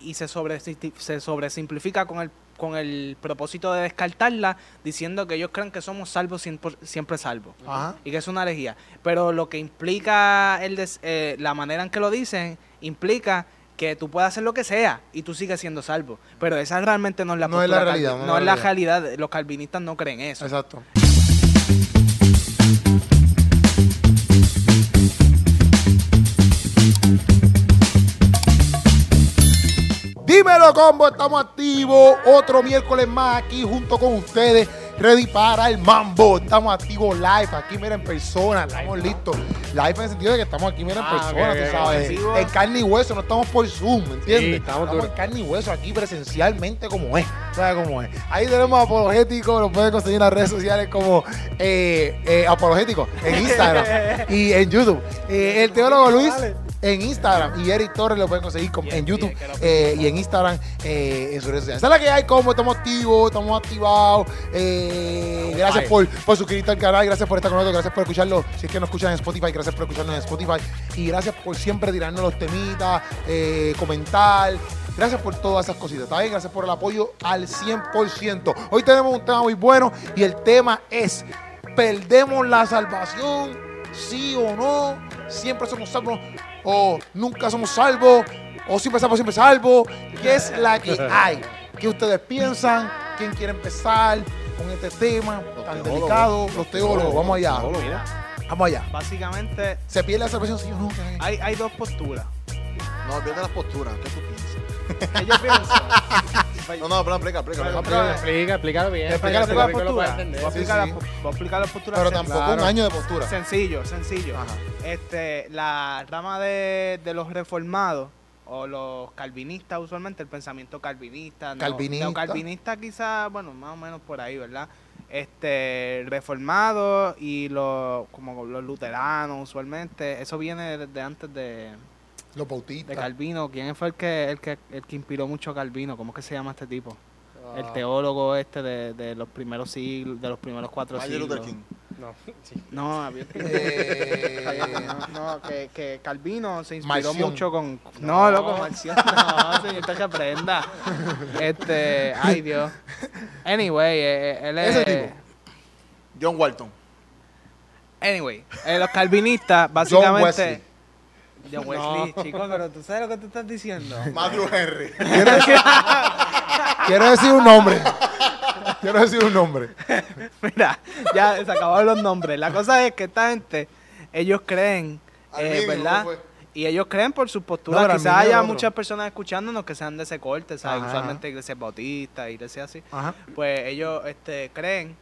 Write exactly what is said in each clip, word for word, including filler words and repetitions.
y se, sobre, se sobresimplifica con el, con el propósito de descartarla, diciendo que ellos creen que somos salvos siempre, siempre salvos. Ajá. Y que es una herejía. Pero lo que implica el des, eh, la manera en que lo dicen, implica que tú puedes hacer lo que sea y tú sigues siendo salvo. Pero esa realmente no es la no postura. Es la realidad, no, no es la realidad. realidad. Los calvinistas no creen eso. Exacto. Dímelo, combo, estamos activos. Otro miércoles más aquí junto con ustedes. Ready para el mambo. Estamos activos live. Aquí, mira, en persona. Estamos listos. Live en el sentido de que estamos aquí, mira, en ah, persona, okay, tú sabes. Okay. En carne y hueso, no estamos por Zoom, ¿me entiendes? Sí, estamos estamos en carne y hueso aquí presencialmente como es. ¿Sabes cómo es? Ahí tenemos Apologético. Lo pueden conseguir en las redes sociales como eh, eh, Apologético. En Instagram y en YouTube. Eh, el teólogo Luis. En Instagram y Eric Torres lo pueden conseguir con, bien, en YouTube bien, eh, y en Instagram eh, en sus redes sociales. Esa es la que hay, como estamos activos, estamos activados. Eh, gracias por, por suscribirte al canal, gracias por estar con nosotros, gracias por escucharlo. Si es que nos escuchan en Spotify, gracias por escucharnos en Spotify. Y gracias por siempre tirarnos los temitas, eh, comentar. Gracias por todas esas cositas, ¿está bien? Gracias por el apoyo al cien por ciento. Hoy tenemos un tema muy bueno y el tema es: ¿perdemos la salvación? ¿Sí o no? ¿Siempre somos salvos? ¿O nunca somos salvos? ¿O siempre salvos, siempre salvos? ¿Qué es la que hay? ¿Qué ustedes piensan? ¿Quién quiere empezar con este tema tan delicado? Los teólogos, vamos allá. Vamos allá. Básicamente, ¿se pierde la salvación, sí o no? Hay, hay dos posturas. No, pierde las posturas. ¿Qué tú piensas? ¿Qué yo pienso? No, no, pero explica, explica. Pero, explica, explica, explícalo bien. Explica la postura. Voy a explicar la, la postura. Pero tampoco claro. Un año de postura. Sencillo, sencillo. Ajá. Este, la rama de, de los reformados o los calvinistas, usualmente el pensamiento calvinista. Calvinista. No, calvinista quizás, bueno, más o menos por ahí, ¿verdad? Este, reformados y los, como los luteranos, usualmente. Eso viene desde antes de... Los bautistas. De Calvino. ¿Quién fue el que, el que el que inspiró mucho a Calvino? ¿Cómo es que se llama este tipo? Uh, el teólogo este de, de los primeros siglos, de los primeros cuatro Martin siglos. Luther King. No, sí. no, había eh, no, no, que, que Calvino se inspiró Marción. mucho con... No, no loco, Marción, no, señorita, que aprenda. Este, ay Dios. Anyway, eh, él es... Ese tipo. John Walton. Anyway, eh, los calvinistas, básicamente... John Wesley, no. Chicos, pero tú sabes lo que tú estás diciendo. Matthew Henry. Quiero decir, quiero decir un nombre. Quiero decir un nombre. Mira, ya se acabaron los nombres. La cosa es que esta gente, ellos creen, eh, ¿verdad? Y ellos creen por sus posturas. No, quizás haya muchas personas escuchándonos que sean de ese corte, ¿sabes? Ajá. Usualmente iglesias bautistas, iglesias así. Ajá. Pues ellos este, creen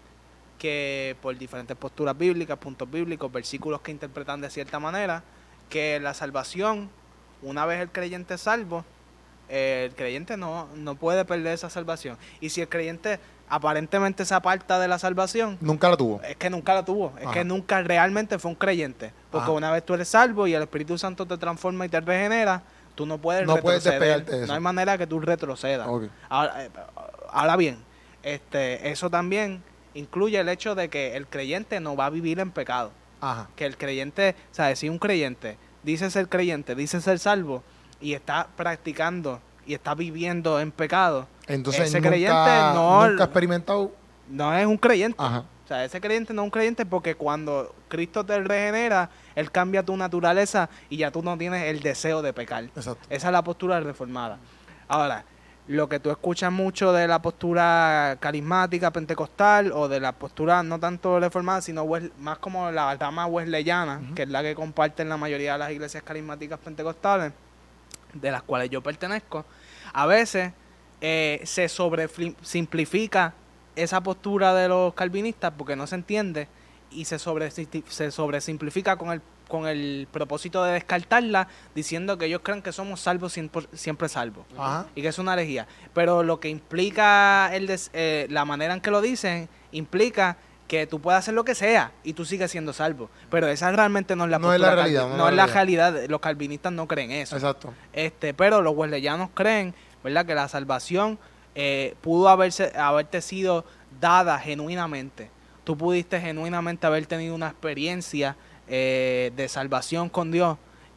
que por diferentes posturas bíblicas, puntos bíblicos, versículos que interpretan de cierta manera, que la salvación, una vez el creyente es salvo, eh, el creyente no, no puede perder esa salvación. Y si el creyente aparentemente se aparta de la salvación, nunca la tuvo. Es que nunca la tuvo. Es Ajá. que nunca realmente fue un creyente. Porque Ajá. una vez tú eres salvo y el Espíritu Santo te transforma y te regenera, tú no puedes no retroceder. Puedes despegarte de eso. No hay manera que tú retrocedas. Okay. Ahora, eh, ahora bien, este, eso también incluye el hecho de que el creyente no va a vivir en pecado. Ajá. Que el creyente, o sea, si un creyente dice ser creyente, dice ser salvo y está practicando y está viviendo en pecado, entonces ese nunca, creyente no, nunca ha experimentado, no es un creyente. Ajá. O sea, ese creyente no es un creyente porque cuando Cristo te regenera, Él cambia tu naturaleza y ya tú no tienes el deseo de pecar. Exacto. Esa es la postura reformada. Ahora, lo que tú escuchas mucho de la postura carismática, pentecostal, o de la postura no tanto reformada, sino más como la rama wesleyana, uh-huh. que es la que comparten la mayoría de las iglesias carismáticas pentecostales, de las cuales yo pertenezco, a veces eh, se sobresimplifica esa postura de los calvinistas porque no se entiende y se, sobre, se sobresimplifica con el con el propósito de descartarla, diciendo que ellos creen que somos salvos siempre, siempre salvos. Ajá. Y que es una herejía. Pero lo que implica el des, eh, la manera en que lo dicen, implica que tú puedes hacer lo que sea y tú sigues siendo salvo. Pero esa realmente no es la no postura. Es la realidad, no, no es la realidad. realidad. Los calvinistas no creen eso. Exacto. Este, pero los wesleyanos creen, ¿verdad?, que la salvación eh, pudo haberse, haberte sido dada genuinamente. Tú pudiste genuinamente haber tenido una experiencia Eh, de salvación con Dios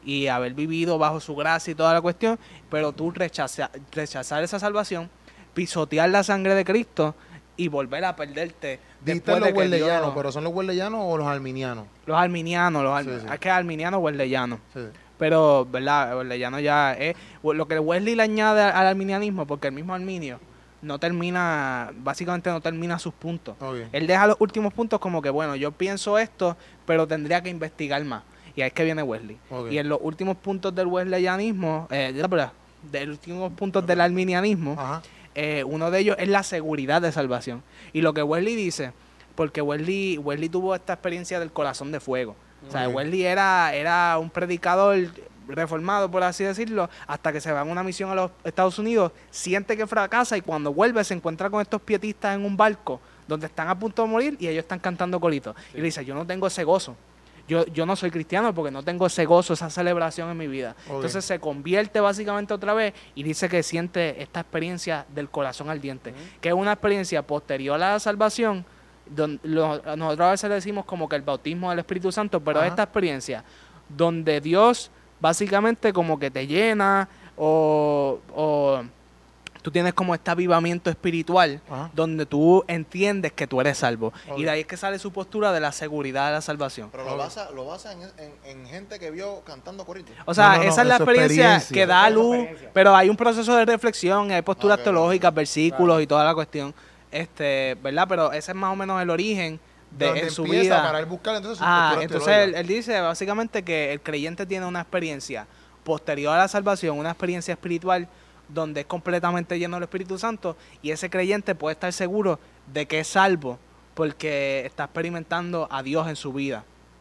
y haber vivido bajo su gracia y toda la cuestión, pero tú rechaza, rechazar esa salvación, pisotear la sangre de Cristo y volver a perderte. Dijiste después los de que Dios- huerleyanos, pero ¿son los huerleyanos o los arminianos? Los arminianos, los Sí, armi- sí. es que arminianos o huerleyanos. Sí. Pero, ¿verdad? Wesleyano ya es... Lo que Wesley le añade al arminianismo, porque el mismo Arminio no termina, básicamente no termina sus puntos. Ok. Él deja los últimos puntos como que, bueno, yo pienso esto, pero tendría que investigar más. Y ahí es que viene Wesley. Ok. Y en los últimos puntos del wesleyanismo, eh, de la- de los últimos puntos del arminianismo, Ajá. eh, uno de ellos es la seguridad de salvación. Y lo que Wesley dice, porque Wesley, Wesley tuvo esta experiencia del corazón de fuego. O sea, Ok. Wesley era, era un predicador reformado, por así decirlo, hasta que se va en una misión a los Estados Unidos, siente que fracasa y cuando vuelve se encuentra con estos pietistas en un barco donde están a punto de morir y ellos están cantando coritos. Y le dice, yo no tengo ese gozo. Yo, yo no soy cristiano porque no tengo ese gozo, esa celebración en mi vida. Ok. Entonces se convierte básicamente otra vez y dice que siente esta experiencia del corazón ardiente, que es una experiencia posterior a la salvación. Don- lo- nosotros a veces le decimos como que el bautismo del Espíritu Santo, pero Ajá. esta experiencia donde Dios básicamente como que te llena o, o tú tienes como este avivamiento espiritual Ajá. donde tú entiendes que tú eres salvo. Ok. Y de ahí es que sale su postura de la seguridad de la salvación. Pero Ok. lo basa, lo basa en, en, en gente que vio cantando coritos. O sea, No, no, no, esa es la eso es experiencia, experiencia. que da Esa es la luz, experiencia. pero hay un proceso de reflexión, hay posturas Ok, teológicas, ok. versículos y toda la cuestión, este, ¿verdad? Pero ese es más o menos el origen de Donde en su empieza vida. para él buscar entonces sus Ah, posturas entonces él, teológicas. él dice básicamente que el creyente tiene una experiencia posterior a la salvación, una experiencia espiritual donde es completamente lleno del Espíritu Santo y ese creyente puede estar seguro de que es salvo porque está experimentando a Dios en su vida.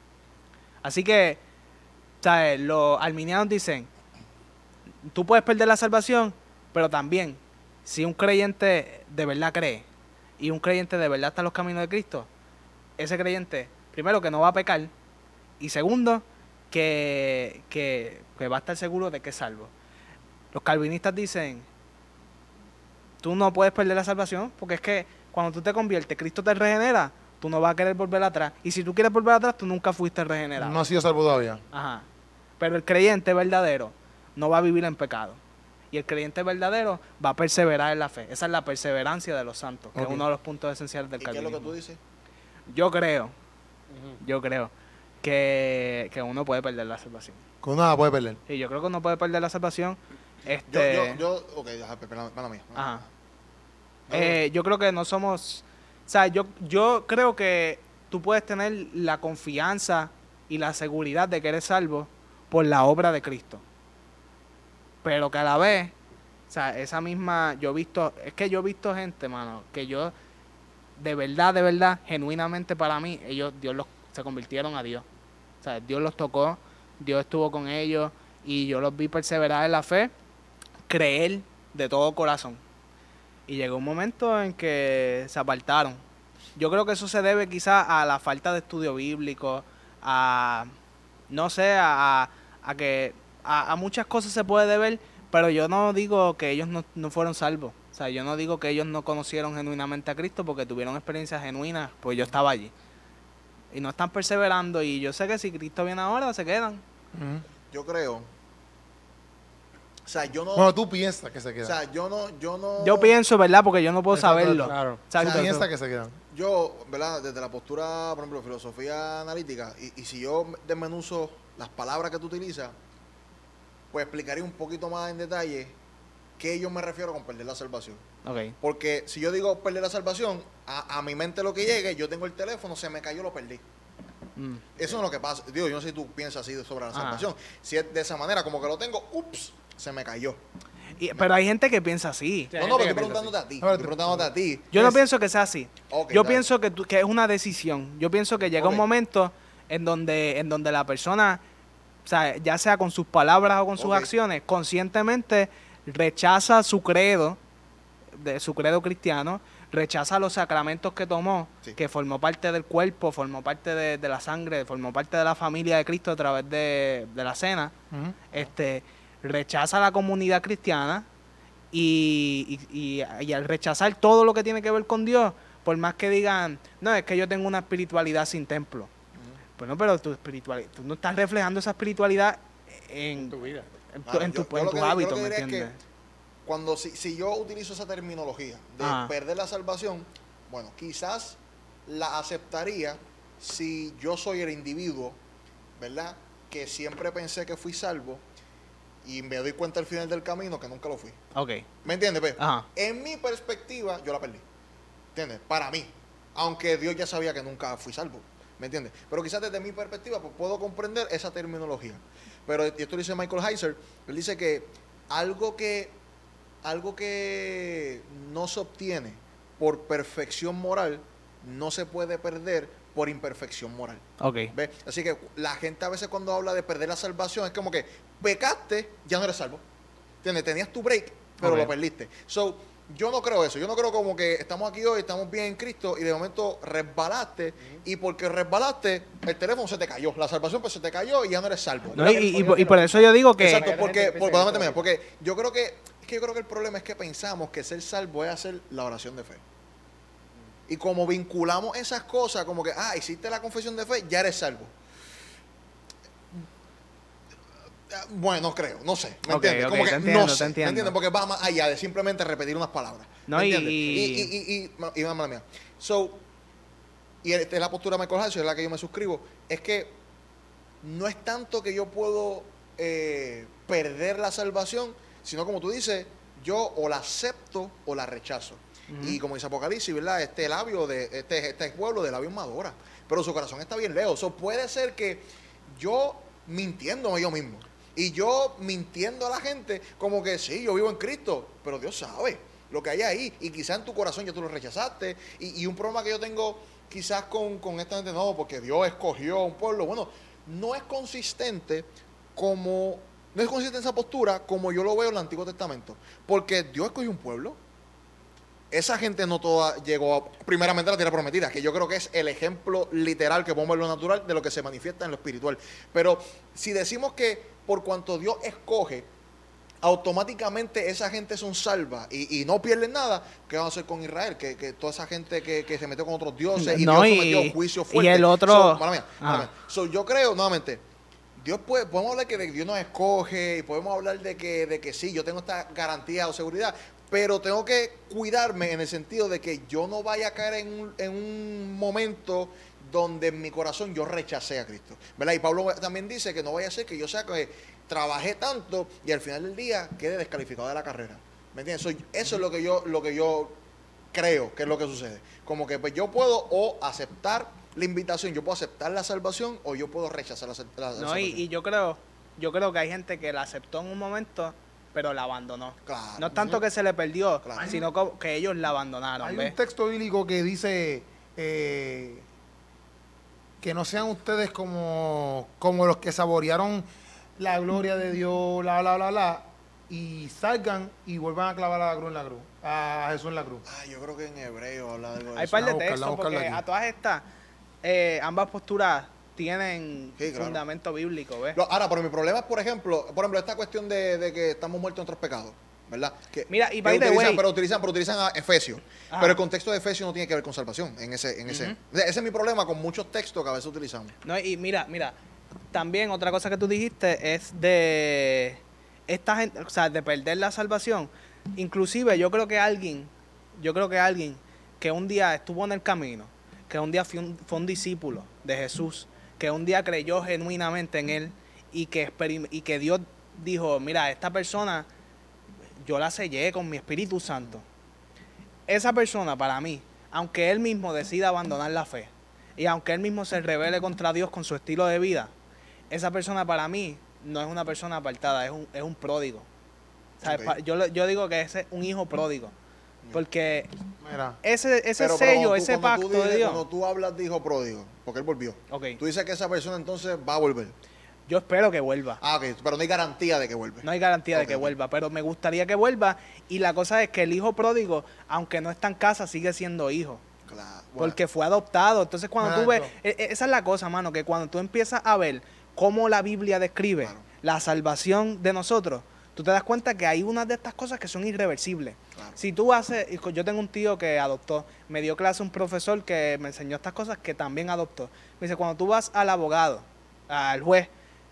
Así que, ¿sabes? Los arminianos dicen, tú puedes perder la salvación, pero también, si un creyente de verdad cree y un creyente de verdad está en los caminos de Cristo, ese creyente, primero, que no va a pecar, y segundo, que, que, que va a estar seguro de que es salvo. Los calvinistas dicen, tú no puedes perder la salvación, porque es que cuando tú te conviertes, Cristo te regenera, tú no vas a querer volver atrás. Y si tú quieres volver atrás, tú nunca fuiste regenerado. No ha sido salvo todavía. Ajá. Pero el creyente verdadero no va a vivir en pecado. Y el creyente verdadero va a perseverar en la fe. Esa es la perseverancia de los santos, que Ok. es uno de los puntos esenciales del ¿Y qué es lo calvinismo. que tú dices? Yo creo, yo creo que, que uno puede perder la salvación. Con nada puede perder. Y yo creo que uno puede perder la salvación. Yo, Este, yo, yo, ok, ajá, perdón, perdón mía. Ajá. Eh, yo creo que no somos, o sea, yo, yo creo que tú puedes tener la confianza y la seguridad de que eres salvo por la obra de Cristo. Pero que a la vez, o sea, esa misma, yo he visto, es que yo he visto gente, mano, que yo, de verdad, de verdad, genuinamente para mí, ellos, Dios los, se convirtieron a Dios. O sea, Dios los tocó, Dios estuvo con ellos y yo los vi perseverar en la fe, creer de todo corazón. Y llegó un momento en que se apartaron. Yo creo que eso se debe quizá a la falta de estudio bíblico, a, no sé, a, a que a, a muchas cosas se puede deber, pero yo no digo que ellos no, no fueron salvos. O sea, yo no digo que ellos no conocieron genuinamente a Cristo porque tuvieron experiencias genuinas, pues yo estaba allí. Y no están perseverando y yo sé que si Cristo viene ahora, se quedan. Ujú. Yo creo. O sea, yo no. Bueno, tú piensas que se o quedan. sea, yo no, yo no. Yo pienso, ¿verdad? Porque yo no puedo Exacto, saberlo. claro. Exacto. Tú piensas que se quedan. Yo, ¿verdad? Desde la postura, por ejemplo, filosofía analítica, y, y si yo desmenuzo las palabras que tú utilizas, pues explicaría un poquito más en detalle qué yo me refiero con perder la salvación. Ok. Porque si yo digo perder la salvación, a, a mi mente lo que llegue, yo tengo el teléfono, se me cayó, lo perdí. Mm. Eso es lo que pasa. Digo, yo no sé si tú piensas así sobre la Ajá. salvación. Si es de esa manera, como que lo tengo, ups, se me cayó. Y- pero hay gente que piensa así. Sí, No, hay no, gente pero que estoy piensa preguntándote a ti. A ver, Estoy preguntándote a ti. Yo no Es- pienso que sea así. Ok, Yo dale. pienso que, tú- que es una decisión. Yo pienso que llega Ok. un momento en donde, en donde la persona, o sea, ya sea con sus palabras o con sus Ok. acciones, conscientemente rechaza su credo, de su credo cristiano, rechaza los sacramentos que tomó, Sí. que formó parte del cuerpo, formó parte de, de la sangre, formó parte de la familia de Cristo a través de, de la cena. Ujú. este rechaza la comunidad cristiana y, y, y- y al rechazar todo lo que tiene que ver con Dios, por más que digan, no, es que yo tengo una espiritualidad sin templo. Bueno, pero tu espiritualidad, tú no estás reflejando esa espiritualidad en, En tu vida. en, tu- Claro, en, tu- yo- yo en lo tus que- yo lo hábitos, que ¿me diría es entiendes? que Cuando si, si yo utilizo esa terminología de Ajá. perder la salvación, bueno, quizás la aceptaría si yo soy el individuo, ¿verdad? Que siempre pensé que fui salvo y me doy cuenta al final del camino que nunca lo fui. Ok. ¿Me entiendes? Pe? Ajá. En mi perspectiva, yo la perdí. ¿Entiendes? Para mí. Aunque Dios ya sabía que nunca fui salvo. ¿Me entiendes? Pero quizás desde mi perspectiva pues, puedo comprender esa terminología. Pero esto lo dice Michael Heiser. Él dice que algo que, algo que no se obtiene por perfección moral no se puede perder por imperfección moral. Ok. ¿Ves? Así que la gente a veces cuando habla de perder la salvación es como que pecaste, ya no eres salvo. ¿Entiendes? Tenías tu break, pero Ok. lo perdiste. So, yo no creo eso. Yo no creo como que estamos aquí hoy, estamos bien en Cristo y de momento resbalaste y porque resbalaste, el teléfono se te cayó. La salvación pues se te cayó y ya no eres salvo. No, y, y- y por- y por eso yo digo que... Exacto, Hay porque, gente que por, piensa perdóname, eso. porque yo creo que, es que yo creo que el problema es que pensamos que ser salvo es hacer la oración de fe. Y como vinculamos esas cosas, como que, ah, hiciste la confesión de fe, ya eres salvo. Bueno, no creo, no sé, ¿me Ok, entiendes? ok, Como que te entiendo, no te sé, ¿me entiendo. entiendes? Porque va más allá de simplemente repetir unas palabras. No, ¿me y- entiendes? y- y, y, y, y, y, y mala mía. So, y esta es la postura de Michael Heiser, es la que yo me suscribo, es que no es tanto que yo puedo eh, perder la salvación, sino como tú dices, yo o la acepto o la rechazo. Ujú. Y como dice Apocalipsis, ¿verdad? Este labio de este, este pueblo de labios madura, pero su corazón está bien lejos. So, puede ser que yo mintiéndome yo mismo y yo mintiendo a la gente como que sí, yo vivo en Cristo, pero Dios sabe lo que hay ahí y quizás en tu corazón ya tú lo rechazaste y, y un problema que yo tengo quizás con, con esta gente, no, porque Dios escogió un pueblo, bueno, no es consistente como, no es consistente esa postura como yo lo veo en el Antiguo Testamento, porque Dios escogió un pueblo. Esa gente no toda llegó a, primeramente a la tierra prometida, que yo creo que es el ejemplo literal que podemos ver en lo natural de lo que se manifiesta en lo espiritual. Pero si decimos que por cuanto Dios escoge, automáticamente esa gente son salvas y, y no pierden nada, ¿qué van a hacer con Israel? Que, que toda esa gente que, que se metió con otros dioses y No, Dios y- sometió a juicio y fuerte. el otro- So, mala mía, mala Ah. mía. So, yo creo, nuevamente, Dios puede, podemos hablar que de- Dios nos escoge y podemos hablar de que, de que sí, yo tengo esta garantía o seguridad, pero tengo que cuidarme en el sentido de que yo no vaya a caer en un, en un momento donde en mi corazón yo rechacé a Cristo, ¿verdad? Y Pablo también dice que no vaya a ser que yo sea que trabajé tanto y al final del día quede descalificado de la carrera, ¿me entiendes? So, eso es lo que yo, lo que yo creo que es lo que sucede. Como que pues yo puedo o aceptar la invitación, yo puedo aceptar la salvación o yo puedo rechazar la, sal- la- la No, salvación. y, y yo creo, yo creo que hay gente que la aceptó en un momento, pero la abandonó. Claro. No es tanto que se le perdió, Claro. sino co- que ellos la abandonaron, Hay ¿ves? un texto bíblico que dice eh, que no sean ustedes como, como los que saborearon la gloria de Dios, bla, bla, bla, bla, y salgan y vuelvan a clavar a la cruz en la cruz, a Jesús en la cruz. Ah, yo creo que en hebreo habla de algo de Hay eso. par de Vamos a buscarla, textos, vamos a buscarla porque aquí. a todas estas, eh, ambas posturas tienen Sí, claro. fundamento bíblico, ¿ves? Lo- Ahora, pero mi problema es, por ejemplo, por ejemplo, esta cuestión de, de que estamos muertos en otros pecados, ¿verdad? Que, Mira, y que by the utilizan, way- pero utilizan, pero utilizan a Efesios. Ajá. Pero el contexto de Efesios no tiene que ver con salvación. En ese, en ese, Ujú. o sea, ese es mi problema con muchos textos que a veces utilizamos. No, y mira, mira, también otra cosa que tú dijiste es de esta gente, o sea, de perder la salvación. Inclusive yo creo que alguien, yo creo que alguien que un día estuvo en el camino, que un día fue un, fue un discípulo de Jesús, que un día creyó genuinamente en él y que, experim- y que Dios dijo, mira, esta persona yo la sellé con mi Espíritu Santo. Esa persona para mí, aunque él mismo decida abandonar la fe, y aunque él mismo se rebele contra Dios con su estilo de vida, esa persona para mí no es una persona apartada, es un, es un pródigo. ¿Sabes? Ok. Pa- Yo, le- yo digo que ese es un hijo pródigo. Porque Mira, ese, ese Pero- pero sello, cuando tú- ese cuando tú pacto de dices- Dios. Cuando tú hablas de hijo pródigo, porque él volvió. Ok, Tú dices que esa persona entonces va a volver. yo espero que vuelva. Ah, ok, pero no hay garantía de que vuelve. No hay garantía de Ok, que ok. vuelva, pero me gustaría que vuelva. Y la cosa es que el hijo pródigo, aunque no está en casa, sigue siendo hijo. Claro. bueno. Porque fue adoptado. Entonces, cuando tú ves, Exacto. e- e- esa es la cosa, mano, que cuando tú empiezas a ver cómo la Biblia describe Claro. la salvación de nosotros, tú te das cuenta que hay unas de estas cosas que son irreversibles. Claro. Si tú haces, y co- yo tengo un tío que adoptó, me dio clase un profesor que me enseñó estas cosas que también adoptó. Me dice, cuando tú vas al abogado, al juez,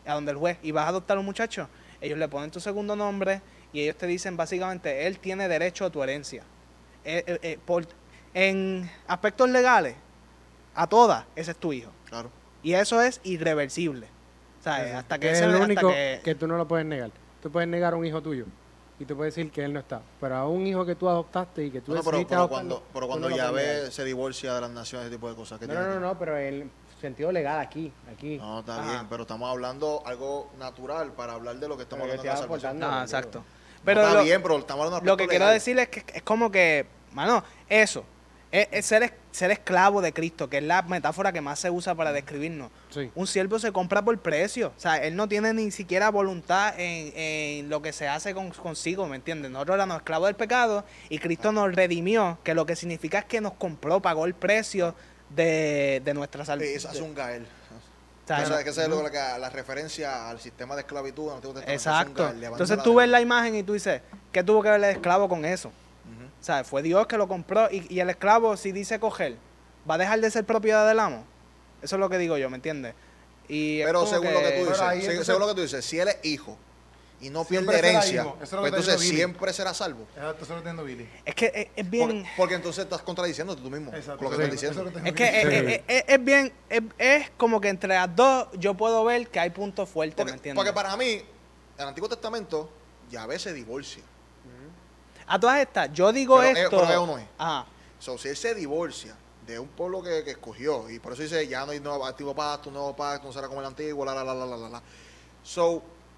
a donde el juez, y vas a adoptar a un muchacho, ellos le ponen tu segundo nombre y ellos te dicen básicamente, él tiene derecho a tu herencia. Eh, eh, eh, por, en aspectos legales, a todas, ese es tu hijo. Claro. Y eso es irreversible. ¿Sabes? Eso. Hasta que es ese, lo hasta único que, que tú no lo puedes negar. Tú puedes negar a un hijo tuyo y tú puedes decir que él no está. Pero a un hijo que tú adoptaste y que tú No, no, pero, decidiste pero adoptarlo, cuando, pero tú cuando no lo puedes Yahvé negar. se divorcia de las naciones, ese tipo de cosas. ¿qué No, tiene no, que no, ver? no, pero en sentido legal aquí. aquí. No, está Ajá. bien, pero estamos hablando algo natural para hablar de lo que estamos Pero hablando de la yo estoy salvación. aportando. no, no, exacto. No, Pero está lo, bien, pero estamos hablando de un lo que aspecto quiero legal. decir es que es como que, mano, eso, es, es ser, es- ser esclavo de Cristo, que es la metáfora que más se usa para describirnos. Sí. Un siervo se compra por precio. O sea, él no tiene ni siquiera voluntad en, en lo que se hace con, consigo, ¿me entiendes? Nosotros éramos esclavos del pecado y Cristo nos redimió, que lo que significa es que nos compró, pagó el precio de, de nuestra Sí, salvación. eso es un gael. O sea, Eso no- es que esa es lo que- la referencia al sistema de esclavitud. en el Antiguo Testamento, es un Exacto. gael, le Entonces abandona tú la ves la ley. imagen y tú dices, ¿qué tuvo que ver el esclavo con eso? Ujú. O sea, fue Dios que lo compró y, y el esclavo, si dice coger, ¿va a dejar de ser propiedad del amo? Eso es lo que digo yo, ¿me entiendes? Y es Pero como según lo que tú Pero dices, ahí se- entonces- según lo que tú dices, si él es hijo y no pierde Siempre será herencia, hijo. Eso es lo pues que está entonces diciendo Billy. siempre será salvo. Exacto, eso lo entiendo Billy. Es que es, es bien... Porque, porque entonces estás contradiciéndote tú mismo Exacto. con lo que Sí, estás eso diciendo. lo Es que es, Sí. es- es- es bien, es, es como que entre las dos yo puedo ver que hay puntos fuertes, ¿me Porque, entiendes? porque para mí, en el Antiguo Testamento, Yahvé se divorcia. A todas estas, yo digo Pero, eh, esto... pero es o no es. Ajá. So, si él se divorcia de un pueblo que, que escogió, y por eso dice, ya no hay nuevo antiguo pacto, un nuevo pacto, no será como el antiguo, la, la, la, la, la, la, la. So,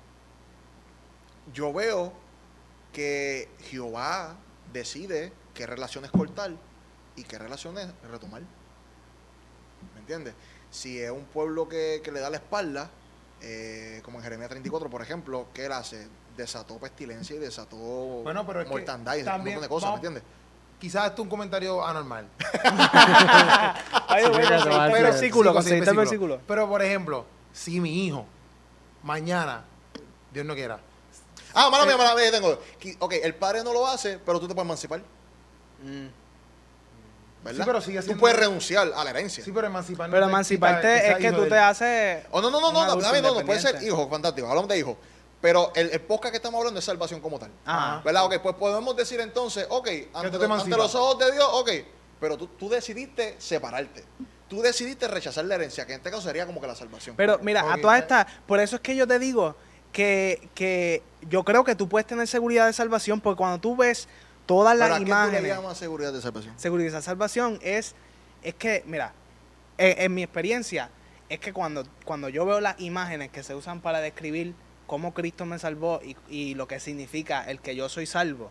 yo veo que Jehová decide qué relaciones cortar y qué relaciones retomar. ¿Me entiendes? Si es un pueblo que, que le da la espalda, eh, como en Jeremías treinta y cuatro, por ejemplo, ¿qué él hace? Desató pestilencia y desató Bueno, pero es que mortandad y un también montón de cosas, vamos- ¿me entiendes? Quizás esto es un comentario anormal. Ay, Sí, bueno, fíjate, conseguiste va a el ser- versículo, sí, conseguiste el versículo. versículo. Pero, por ejemplo, si mi hijo, mañana, Dios no quiera, Ah, mala mía, mala mía, tengo. Qui- Ok, el padre no lo hace, pero tú te puedes emancipar, Mm. ¿verdad? Sí, pero sigue Tú siendo- puedes renunciar a la herencia. sí, pero emancipar no Pero te quita emanciparte sea es que hijo tú de te él. haces... Oh, no, no, no, un no, no, adulto no, no, no, puede ser independiente. hijo, fantástico, hablamos de hijo. Pero el, el podcast que estamos hablando es salvación como tal. Ajá. ¿Verdad? Ok, pues podemos decir entonces, ok, ante, tú te ante emancipas. los ojos de Dios, ok, pero tú, tú decidiste separarte. Tú decidiste rechazar la herencia, que en este caso sería como que la salvación. Pero mira, a Ok. todas estas, por eso es que yo te digo que, que yo creo que tú puedes tener seguridad de salvación, porque cuando tú ves todas Pero las ¿a qué tú le imágenes, llamas seguridad de salvación? seguridad de salvación es, es que, mira, en, en mi experiencia, es que cuando, cuando yo veo las imágenes que se usan para describir cómo Cristo me salvó y, y lo que significa el que yo soy salvo,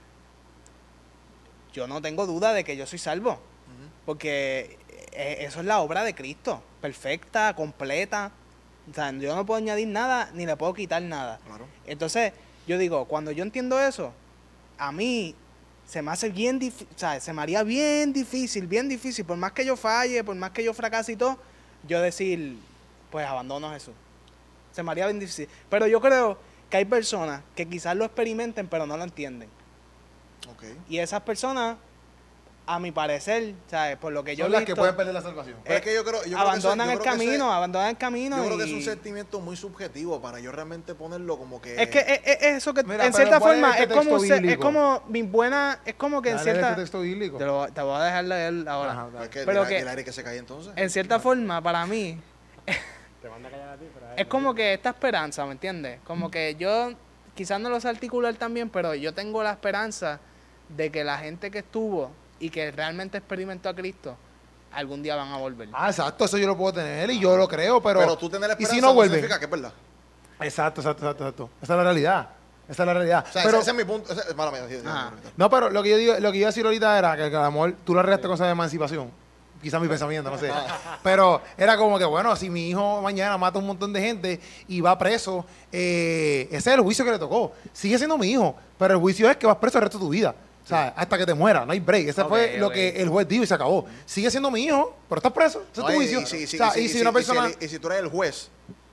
yo no tengo duda de que yo soy salvo. Ujú. Porque eh, eso es la obra de Cristo, perfecta, completa. O sea, yo no puedo añadir nada ni le puedo quitar nada. Claro. Entonces, yo digo, cuando yo entiendo eso, a mí se me hace bien difícil, o sea, se me haría bien difícil, bien difícil, por más que yo falle, por más que yo fracase y todo, yo decir, pues abandono a Jesús. Se me haría bien difícil. Pero yo creo que hay personas que quizás lo experimenten, pero no lo entienden. Ok. Y esas personas, a mi parecer, ¿sabes? Por lo que yo Son he las que visto, pueden perder la salvación. Pero es que yo creo, yo creo que eso- abandonan yo el creo que camino, ese- abandonan el camino. Yo creo que es y- un sentimiento muy subjetivo para yo realmente ponerlo como que... Es que es, es eso que Mira, en pero cierta ¿cuál es forma este es como texto se- es bíblico? como mi buena, es como que en Dale cierta este texto bíblico. te, lo, te voy a dejar leer ahora. Ajá, dale. Es que pero el, que- el aire que se cae entonces. En cierta forma para mí Te manda a callar a ti, pero a él es no. como que esta esperanza, ¿me entiendes? Como que yo quizás no lo sé articular también, pero yo tengo la esperanza de que la gente que estuvo y que realmente experimentó a Cristo algún día van a volver. Ah, exacto, eso yo lo puedo tener y yo lo creo, pero... Pero tú tener la ¿y esperanza si no vuelve? significa que es verdad. Exacto, exacto, exacto, exacto. Esa es la realidad. Esa es la realidad. O sea, pero, ese, ese es mi punto. Ese, mala mía, sí, sí, Ajá. sí, sí. no, pero lo que yo digo, lo que yo iba a decir ahorita era que, que a lo mejor tú lo arreglaste con esa emancipación. Quizás mi pensamiento, no sé. Pero era como que, bueno, si mi hijo mañana mata a un montón de gente y va preso, eh, ese es el juicio que le tocó. Sigue siendo mi hijo, pero el juicio es que vas preso el resto de tu vida. O sea, hasta que te muera, no hay break. Ese Ok, fue lo ok. que el juez dijo y se acabó. Sigue siendo mi hijo, pero estás preso. Ese es No, tu y- juicio. y si- o sea, y si- y y si si- una y si persona... el- y si tú eres el juez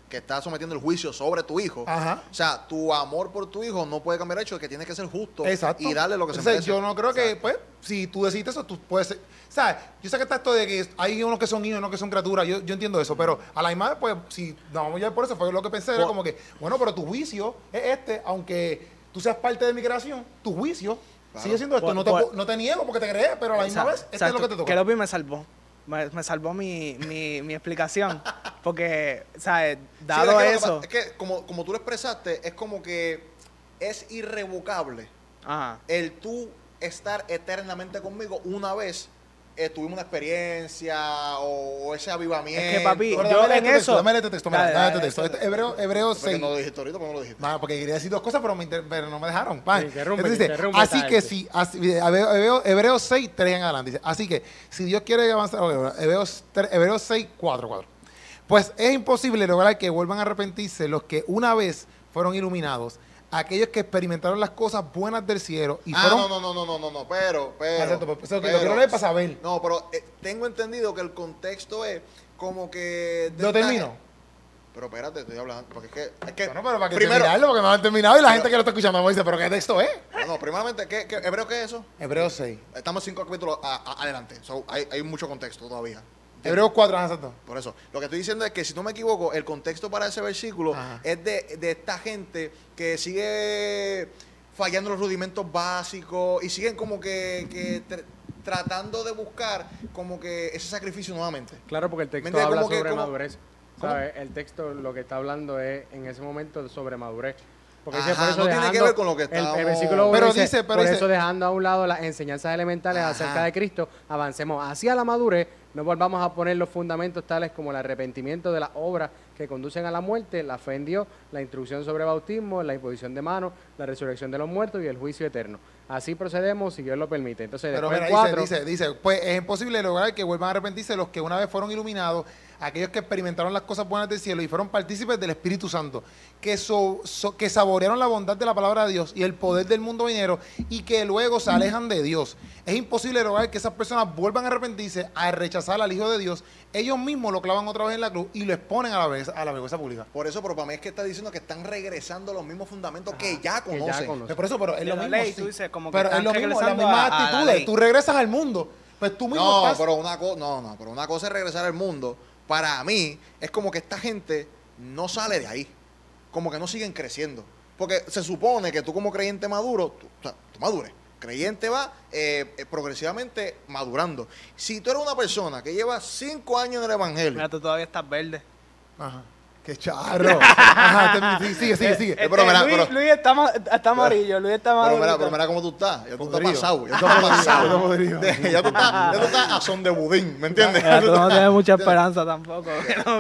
que está sometiendo el juicio sobre tu hijo. Ajá. O sea, tu amor por tu hijo no puede cambiar el hecho de que tienes que ser justo Exacto. y darle lo que se Entonces, merece. yo no creo que, Exacto. pues, si tú decides eso, tú puedes ser. ¿Sabes? Yo sé que está esto de que hay unos que son niños y unos que son criaturas. Yo, yo entiendo eso, pero a la misma vez, pues, si nos vamos ya por eso, fue lo que pensé. Era Por- como que, bueno, pero tu juicio es este, aunque tú seas parte de mi creación, tu juicio Claro. sigue siendo esto. Por- no, te, por- no te niego porque te creé, pero a la misma Exacto, vez, este es exacto. lo que te toca. Keropi me salvó. Me, me salvó mi, mi, mi explicación. Porque, ¿sabes? Sí, Dado es que lo que eso. pasa- es que, como, como tú lo expresaste, es como que es irrevocable Ajá. el tú estar eternamente conmigo una vez eh, tuvimos una experiencia o, o ese avivamiento. Es que, papi, Ahora, yo dame en este texto, eso- dame este texto, mira, Dale, dame dale, este texto. dale. Este, Hebreo, Hebreo Porque seis. no lo dijiste ahorita, porque no lo dijiste. Mano, porque quería decir dos cosas, pero, me inter- pero no me dejaron. Pan. Interrumpe, Entonces dice, interrumpe así esta que gente. si, así, Hebreo- Hebreo- Hebreos seis, tres en adelante. Dice, así que si Dios quiere avanzar, ok, Hebreos, tres- Hebreos seis, cuatro, cuatro. Pues es imposible lograr que vuelvan a arrepentirse los que una vez fueron iluminados, aquellos que experimentaron las cosas buenas del cielo y Ah, fueron... no, no, no, no, no, no, no, pero, pero. Exacto, pues, eso que pero- lo quiero leer para saber. No, pero eh, tengo entendido que el contexto es como que. de ¿Lo esta- termino? Pero espérate, estoy hablando. Porque es que. Es que Bueno, pero para que primero, terminarlo, porque me han terminado y la Pero- gente que lo está escuchando me dice, ¿pero qué texto es? No, no, primeramente, ¿qué, qué, ¿hebreo qué es eso? Hebreos seis. Estamos cinco capítulos a- a- adelante. So, hay, hay mucho contexto todavía. Hebreos cuatro, ajá, exacto. Por eso, lo que estoy diciendo es que si no me equivoco, el contexto para ese versículo Ajá. es de, de esta gente que sigue fallando los rudimentos básicos y siguen como que, que tr- tratando de buscar como que ese sacrificio nuevamente. Claro, porque el texto entiendes? habla Como que- sobre como- madurez. ¿Cómo? ¿Sabes? El texto lo que está hablando es en ese momento sobre madurez. Porque Ajá, dice, por eso no tiene dejando, que ver con lo que el- estábamos- el, versículo uno Pero dice, dice- pero por dice- eso dejando a un lado las enseñanzas elementales Ajá. acerca de Cristo, avancemos hacia la madurez, no volvamos a poner los fundamentos tales como el arrepentimiento de las obras que conducen a la muerte, la fe en Dios, la instrucción sobre bautismo, la imposición de manos, la resurrección de los muertos y el juicio eterno. Así procedemos si Dios lo permite. Entonces, Pero después mira, el cuatro, dice, dice, dice, pues es imposible lograr que vuelvan a arrepentirse los que una vez fueron iluminados, aquellos que experimentaron las cosas buenas del cielo y fueron partícipes del Espíritu Santo, que, so- so- que saborearon la bondad de la palabra de Dios y el poder del mundo venidero y que luego se alejan de Dios. Es imposible lograr que esas personas vuelvan a arrepentirse, a rechazar al Hijo de Dios. Ellos mismos lo clavan otra vez en la cruz y lo exponen a la vergüenza, a la vergüenza pública. Por eso, pero para mí es que está diciendo que están regresando a los mismos fundamentos que ya que ya conocen. conocen. Por eso, pero es De lo la mismo. ley, sí. tú dices, como que pero es están lo mismo, las regresando mismas a- a la actitudes. ley. Tú regresas al mundo, pues tú mismo No, estás... pero una cosa, no, no, pero una cosa es regresar al mundo. Para mí, es como que esta gente no sale de ahí. Como que no siguen creciendo. Porque se supone que tú como creyente maduro, tú, o sea, tú madures. Creyente va eh, eh, progresivamente madurando. Si tú eres una persona que lleva cinco años en el evangelio, Mira, tú todavía estás verde. Ajá. Qué charro. Ajá, te- sí, sigue, sigue, sigue. Eh, pero mira, Luis, pero- Luis está, ma- está amarillo, Luis está pero maduro. mira, pero mira cómo tú estás. Ya tú estás Podrido. pasado. Ya Ya tú estás está pasado. podrido. Ya tú estás, ya tú estás a son de budín, ¿me entiendes? Mira, tú no tienes mucha ¿Entiendes? esperanza tampoco.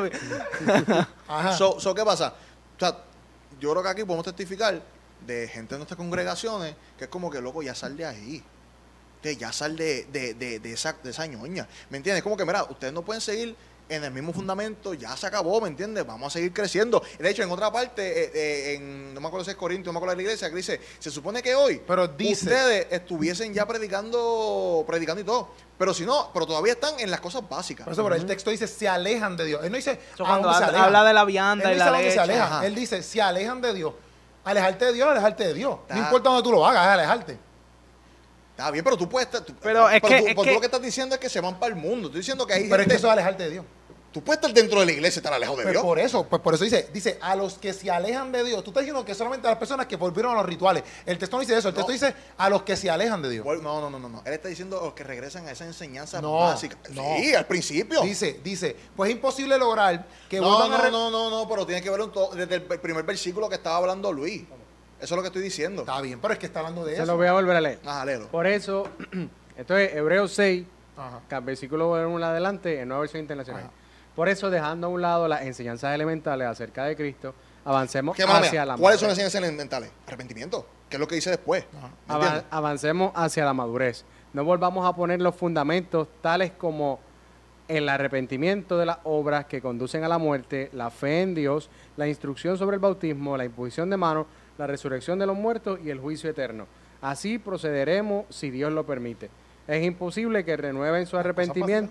Ajá. So, so, ¿qué pasa? O sea, yo creo que aquí podemos testificar de gente de nuestras congregaciones que es como que, loco, ya sal de ahí. Que ya sal de, de, de, de esa, de esa ñoña. ¿Me entiendes? Como que, mira, ustedes no pueden seguir en el mismo fundamento, ya se acabó, ¿me entiendes? Vamos a seguir creciendo. De hecho, en otra parte, eh, eh, en, no me acuerdo si es Corinto, no me acuerdo de la iglesia, que dice, se supone que hoy Pero dice- ustedes estuviesen ya predicando, predicando y todo. Pero si no, pero todavía están en las cosas básicas. Por eso, pero el texto dice, se alejan de Dios. Él no dice, Eso ¿a cuando dónde se habla, alejan? habla de la Él vianda no y dice la a dónde leche. se alejan. Ajá. Él dice, se alejan de Dios. Alejarte de Dios, alejarte de Dios. Está- No importa donde tú lo hagas, es alejarte. Está bien, pero tú puedes estar... tú- Pero es que- tú, es pero tú que- lo que estás diciendo es que se van para el mundo. Estoy diciendo que hay Pero es gente... que eso es alejarte de Dios. Tú puedes estar dentro de la iglesia y estar lejos de Pues Dios. por eso, pues por eso dice, dice, a los que se alejan de Dios. Tú estás diciendo que solamente a las personas que volvieron a los rituales. El texto no dice eso, el texto No. dice a los que se alejan de Dios. Vol- No, no, no, no, no. Él está diciendo a los que regresan a esa enseñanza No, básica. no. Sí, al principio. Dice, dice, pues es imposible lograr que no, vuelvan no, a... re- no, no, no, pero tiene que verlo en todo- desde el primer versículo que estaba hablando Luis. Eso es lo que estoy diciendo. Está bien, pero es que está hablando de se eso. lo voy a volver a leer. Ah, léelo. Por eso, esto es Hebreos seis, Ajá. ca- versículo uno adelante, en nueva versión internacional. Ajá. Por eso, dejando a un lado las enseñanzas elementales acerca de Cristo, avancemos ¿Qué mala hacia mía? la ¿Cuáles son las madurez. enseñanzas elementales? Arrepentimiento. ¿Qué es lo que dice después? ¿Me Ava- entiendes? avancemos hacia la madurez. No volvamos a poner los fundamentos tales como el arrepentimiento de las obras que conducen a la muerte, la fe en Dios, la instrucción sobre el bautismo, la imposición de manos, la resurrección de los muertos y el juicio eterno. Así procederemos si Dios lo permite. Es imposible que renueven su arrepentimiento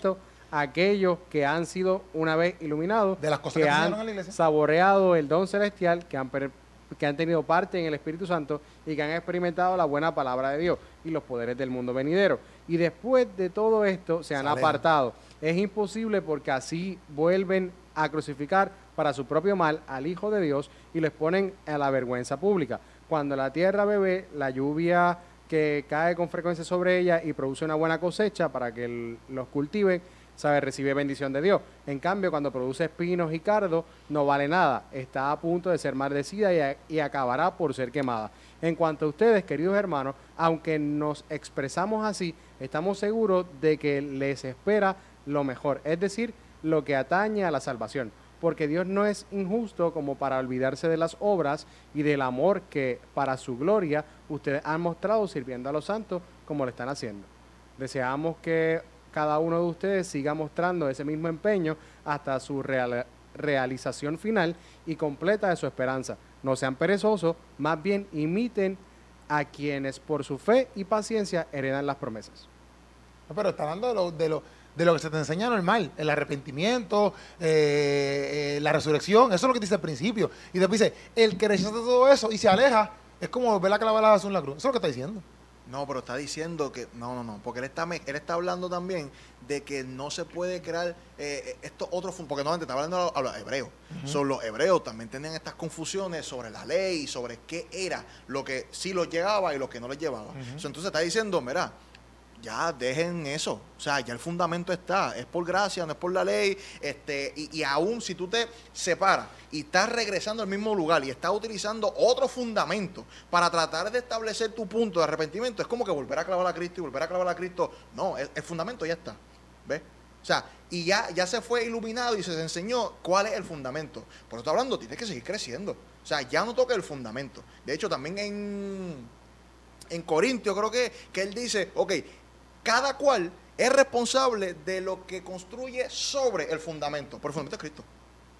aquellos que han sido una vez iluminados, De las cosas que que te han enseñaron en la iglesia. saboreado el don celestial, que han, per- que han tenido parte en el Espíritu Santo y que han experimentado la buena palabra de Dios y los poderes del mundo venidero. Y después de todo esto se han Se alejan. apartado. Es imposible porque así vuelven a crucificar para su propio mal al Hijo de Dios y les ponen a la vergüenza pública. Cuando la tierra bebe, la lluvia que cae con frecuencia sobre ella y produce una buena cosecha para que el- los cultiven, sabe, recibe bendición de Dios. En cambio, cuando produce espinos y cardos, no vale nada. Está a punto de ser maldecida y, a- y acabará por ser quemada. En cuanto a ustedes, queridos hermanos, aunque nos expresamos así, estamos seguros de que les espera lo mejor, es decir, lo que atañe a la salvación. Porque Dios no es injusto como para olvidarse de las obras y del amor que para su gloria ustedes han mostrado sirviendo a los santos como lo están haciendo. Deseamos que cada uno de ustedes siga mostrando ese mismo empeño hasta su real- realización final y completa de su esperanza. No sean perezosos, más bien imiten a quienes por su fe y paciencia heredan las promesas. No, pero está hablando de lo, de lo, de lo que se te enseña normal, el arrepentimiento, eh, eh, la resurrección, eso es lo que dice al principio. Y después dice, el que rechaza todo eso y se aleja, es como ver la clava azul en la cruz. Eso es lo que está diciendo. No, pero está diciendo que, no, no, no, porque él está, me- él está hablando también de que no se puede crear eh, estos otros, fun- porque no, antes está hablando a los hebreos. Son los hebreos también tenían estas confusiones sobre la ley, sobre qué era lo que sí los llegaba y lo que no les llevaba. So, entonces está diciendo, mira, ya dejen eso, o sea, ya el fundamento está, es por gracia, no es por la ley, este, y, y aún si tú te separas y estás regresando al mismo lugar y estás utilizando otro fundamento para tratar de establecer tu punto de arrepentimiento, es como que volver a clavar a Cristo y volver a clavar a Cristo, no, el, el fundamento ya está, ¿ves? O sea, y ya, ya se fue iluminado y se enseñó cuál es el fundamento. Por eso estoy hablando, tienes que seguir creciendo, o sea, ya no toca el fundamento. De hecho, también en, en Corintios creo que, que él dice, ok, cada cual es responsable de lo que construye sobre el fundamento. Por el fundamento es Cristo.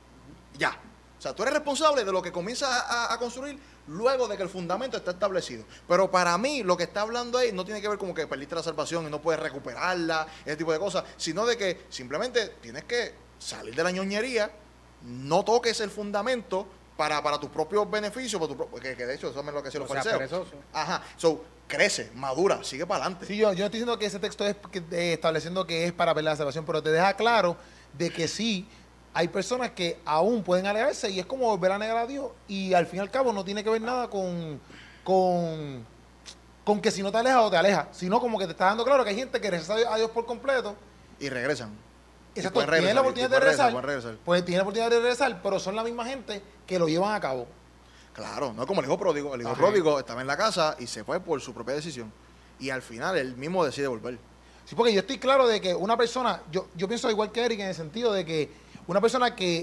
Ya. O sea, tú eres responsable de lo que comienzas a, a- a construir luego de que el fundamento está establecido. Pero para mí, lo que está hablando ahí no tiene que ver como que perdiste la salvación y no puedes recuperarla, ese tipo de cosas, sino de que simplemente tienes que salir de la ñoñería, no toques el fundamento para, para tus propios beneficios, para tu pro- que, que de hecho eso es lo que hacían los O sea, fariseos. perezoso. Ajá. So, crece, madura, sigue para adelante. Sí, yo, yo no estoy diciendo que ese texto es que- eh, estableciendo que es para ver la salvación, pero te deja claro de que sí, hay personas que aún pueden alejarse y es como volver a negar a Dios y al fin y al cabo no tiene que ver nada con, con, con que si no te alejas o te alejas, sino como que te está dando claro que hay gente que rechaza a Dios por completo. Y regresan. Y Exacto, pueden tiene la regresar, y oportunidad de pueden regresar, pueden regresar. pues tiene la oportunidad de regresar, pero son la misma gente que lo llevan a cabo. Claro, no es como el hijo pródigo. El hijo Ajá. pródigo estaba en la casa y se fue por su propia decisión. Y al final él mismo decide volver. Sí, porque yo estoy claro de que una persona, yo, yo pienso igual que Eric en el sentido de que una persona que,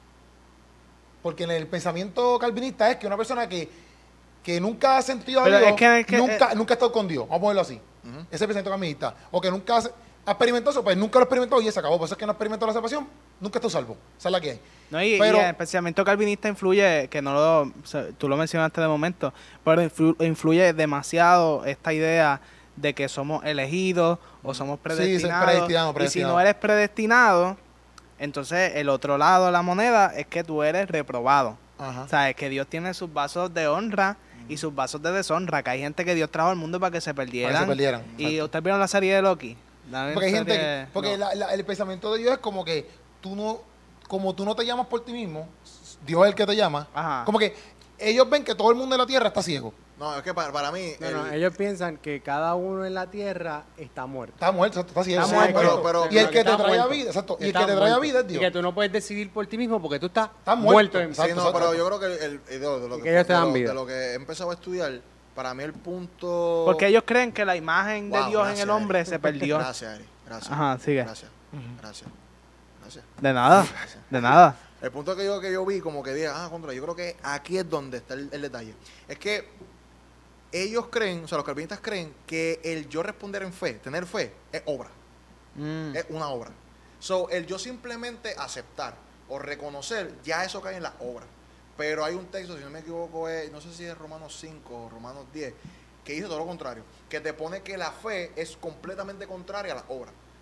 porque en el pensamiento calvinista es que una persona que, que nunca ha sentido a Pero Dios, es que- es que- nunca, nunca ha estado con Dios, vamos a ponerlo así, Ujú. ese es el pensamiento calvinista, o que nunca ha, ha experimentado eso, pues nunca lo experimentó y se acabó, por eso es que no experimentó la salvación, nunca está salvo, esa es la que hay. No, y, Pero- y el pensamiento calvinista influye, que no lo, o sea, tú lo mencionaste de momento, pero influ- influye demasiado esta idea de que somos elegidos o somos Sí, predestinados. predestinado, Y si predestinado. no eres predestinado, entonces el otro lado de la moneda es que tú eres reprobado. Ajá. O sea, es que Dios tiene sus vasos de honra y sus vasos de deshonra, que hay gente que Dios trajo al mundo para que se perdieran. Para que se perdieran, Y exacto. ustedes vieron la serie de Loki. La Porque hay gente, serie- que- porque no. la- la- el pensamiento de Dios es como que tú no, como tú no te llamas por ti mismo, Dios es el que te llama, Ajá. como que ellos ven que todo el mundo en la tierra está ciego. No, es que para, para mí. No, el- no, ellos piensan que cada uno en la tierra está muerto. Está muerto, exacto, está ciego. Está sí, muerto, muerto. pero- y el No, que te está trae a muerto. vida, exacto, y el Está que te trae a muerto. vida es Y Dios. que tú no puedes decidir por ti mismo porque tú estás, Estás muerto. muerto en Exacto, sí, no, exacto, pero exacto. yo creo que el, el- el- de, lo Y que, que ellos te de dan lo- vida. de lo que he empezado a estudiar, para mí el punto. Porque ellos creen que la imagen de Wow, Dios en gracias, el hombre Eric. se perdió. Gracias, Eri. Gracias. Ajá, sigue. Gracias. Gracias. Gracias. De nada, de nada. El punto que yo, que yo vi, como que dije, ah, contra, yo creo que aquí es donde está el, el detalle. Es que ellos creen, o sea, los calvinistas creen que el yo responder en fe, tener fe, es obra. Mm. Es una obra. So, el yo simplemente aceptar o reconocer, ya eso cae en la obra. Pero hay un texto, si no me equivoco, es, no sé si es Romanos cinco o Romanos diez, que dice todo lo contrario, que te pone que la fe es completamente contraria a la obra.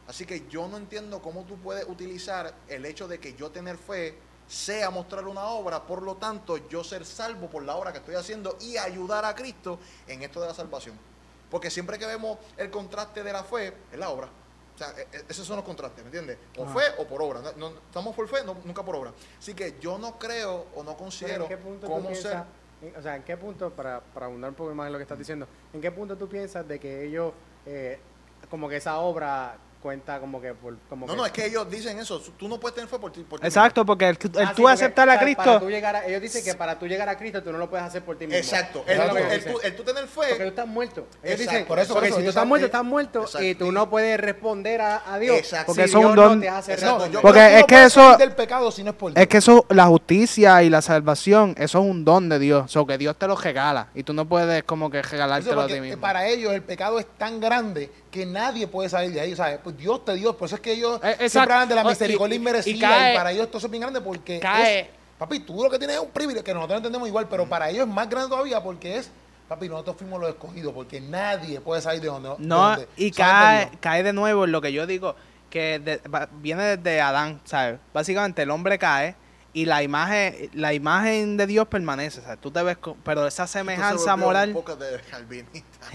Así que yo no entiendo cómo tú puedes utilizar el hecho de que yo tener fe sea mostrar una obra, por lo tanto yo ser salvo por la obra que estoy haciendo y ayudar a Cristo en esto de la salvación. Porque siempre que vemos el contraste de la fe, es la obra. O sea, e- e- esos son los contrastes, ¿me entiendes? O Ah. fe o por obra. No, no- estamos por fe, no- nunca por obra. Así que yo no creo o no Pero considero ¿en qué punto tú cómo piensas, ser... en- o sea, en qué punto, para, para abundar un poco más en lo que estás diciendo, en qué punto tú piensas de que ellos, eh, como que esa obra cuenta como que por... Como No, que, no, es que ellos dicen eso. Tú no puedes tener fe por ti. Por ti Exacto, porque el, el Ah, sí, tú porque, aceptar o a sea, Cristo... para tú llegar a- ellos dicen que para tú llegar a Cristo tú no lo puedes hacer por ti mismo. Exacto. Eso El, es lo tú, que ellos el, dicen. tú, el tú tener Porque tú fe... estás muerto. Ellos Exacto, dicen, por eso, porque por eso, si tú ellos estás saben- muerto, estás muerto Exacto. y tú no puedes responder a, a Dios. Exacto. Porque si eso es un Dios don- no te hace Exacto, responder. yo- Porque Pero tú es no que puedes eso- salir del pecado si no es por Dios. Es que eso, la justicia y la salvación, eso es un don de Dios. O sea, que Dios te lo regala. Y tú no puedes como que Eso regalártelo a porque ti mismo. para ellos el pecado es tan grande que nadie puede salir de ahí. O sea, pues Dios te dio. Por eso es que ellos Eh, exacto. siempre hablan de la Oh, y- misericordia y- y inmerecida. Y, cae- para ellos esto es bien grande porque cae- es... Papi, tú lo que tienes es un privilegio que nosotros entendemos igual, pero para ellos es más grande todavía porque es... Papi, nosotros fuimos los escogidos porque nadie puede salir de donde... de No, donde- y solamente cae, Dios. cae de nuevo en lo que yo digo, que de- va- viene desde Adán, ¿sabes? Básicamente el hombre cae y la imagen la imagen de Dios permanece, ¿sabes? Tú te ves, co- pero esa semejanza moral... Un poco de calvinista.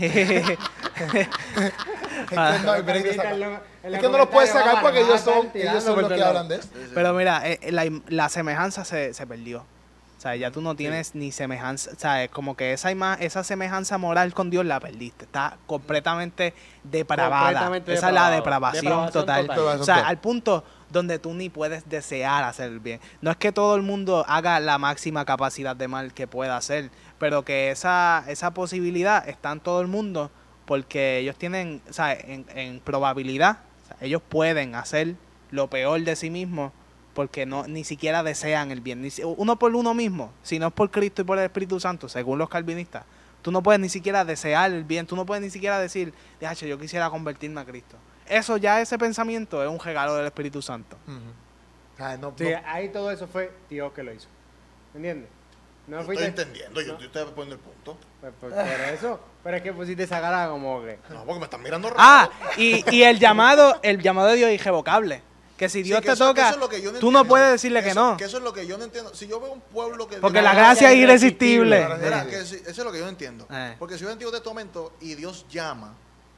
Es que Ah. no, hay break de También, sacar. Carlos, en Es los que no lo puedes comentarios sacar va porque a ellos estar son, tirando ellos son por los que todos hablan lados. de eso. Sí, sí. Pero mira, eh, eh, la, im- la semejanza se, se perdió. O sea, ya tú no tienes ni semejanza, o sea, es como que esa ima- esa semejanza moral con Dios la perdiste. Está completamente depravada. Completamente esa es la depravado. depravación, Depravación total. total. O sea, al punto donde tú ni puedes desear hacer el bien. No es que todo el mundo haga la máxima capacidad de mal que pueda hacer, pero que esa, esa posibilidad está en todo el mundo porque ellos tienen, o sea, en, en probabilidad, o sea, ellos pueden hacer lo peor de sí mismos porque no ni siquiera desean el bien. Ni si- uno por uno mismo, si no es por Cristo y por el Espíritu Santo, según los calvinistas, tú no puedes ni siquiera desear el bien, tú no puedes ni siquiera decir, "Déjame, yo quisiera convertirme a Cristo". Eso ya, ese pensamiento es un regalo del Espíritu Santo. Ujú. O sea, no- Sí, no- ahí todo eso fue Dios que lo hizo. ¿Entiendes? No Yo fuiste... estoy entendiendo, yo, no. yo estoy poniendo el punto. Pues, pues, por eso. Pero es que pusiste esa cara como que... No, porque me están mirando raro. Ah, y, y el llamado, el llamado de Dios es irrevocable. Que si Sí, Dios que te eso- que toca, eso es lo que yo no tú no entiendo. puedes decirle que Eso- no. Que eso es lo que yo no entiendo. Si yo veo un pueblo que... Porque Dios- la gracia es irresistible. irresistible. Mira, que si- eso es lo que yo no entiendo. Eh. Porque si yo entiendo de este momento y Dios llama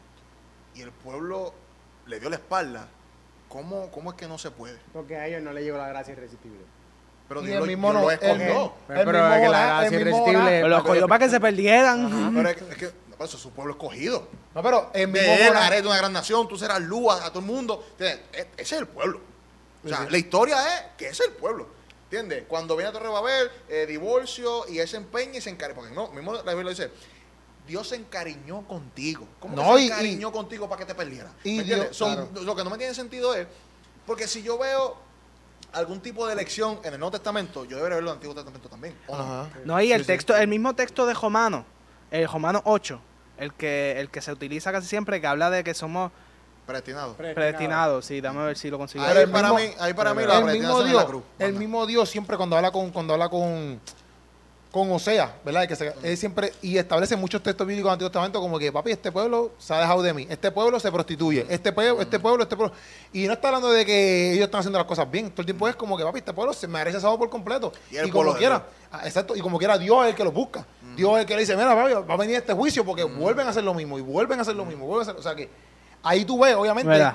y el pueblo le dio la espalda, ¿cómo, cómo es que no se puede? Porque a ellos no le llegó la gracia irresistible. Pero Y Dios el lo, mismo Dios lo no, escogió. el mismo- Pero, El pero mismo es que la Orán, gracia el mismo irresistible... Orán. Pero los cogió para que se perdieran. Pero es, que- es que no, pero eso es su pueblo escogido. No, pero el mismo De él Orán- haré de una gran nación, tú serás luz a, a todo el mundo. ¿Entiendes? E- Ese es el pueblo. O sea, Sí, sí. la historia es que ese es el pueblo. ¿Entiendes? Cuando viene a Torre Babel, eh, divorcio, y él se empeña y se encariña. Porque no, mismo la Biblia dice, Dios se encariñó contigo. ¿Cómo No, que y- se encariñó contigo para que te perdieras? y ¿Me entiendes? Dios- Son- claro. Lo que no me tiene sentido es, porque si yo veo algún tipo de elección en el Nuevo Testamento, yo debería verlo en el Antiguo Testamento también. ¿o no? Ajá. No, y el Sí, sí. texto, el mismo texto de Romano, el Romano ocho, el que, el que se utiliza casi siempre, que habla de que somos Predestinado. predestinados. Sí, dame a ver si lo consigo. Ahí Pero el para mismo- mí, ahí para mí el la mismo predestinación es Dios, la cruz. el Manda. mismo Dios siempre cuando habla con cuando habla con con Osea, ¿verdad? Que se- él siempre y establece muchos textos bíblicos del Antiguo Testamento como que papi, este pueblo se ha dejado de mí, este pueblo se prostituye, este pueblo, este pueblo, este pueblo, y no está hablando de que ellos están haciendo las cosas bien, todo el tiempo es como que papi, este pueblo se me ha rechazado por completo Y el y, pueblo como de quiera, Dios. ah, exacto, y como quiera Dios es el que los busca, Dios es el que le dice, mira, papi, va a venir este juicio porque vuelven a hacer lo mismo y vuelven a hacer lo mismo, vuelven a hacer, o sea que ahí tú ves, obviamente, Mira,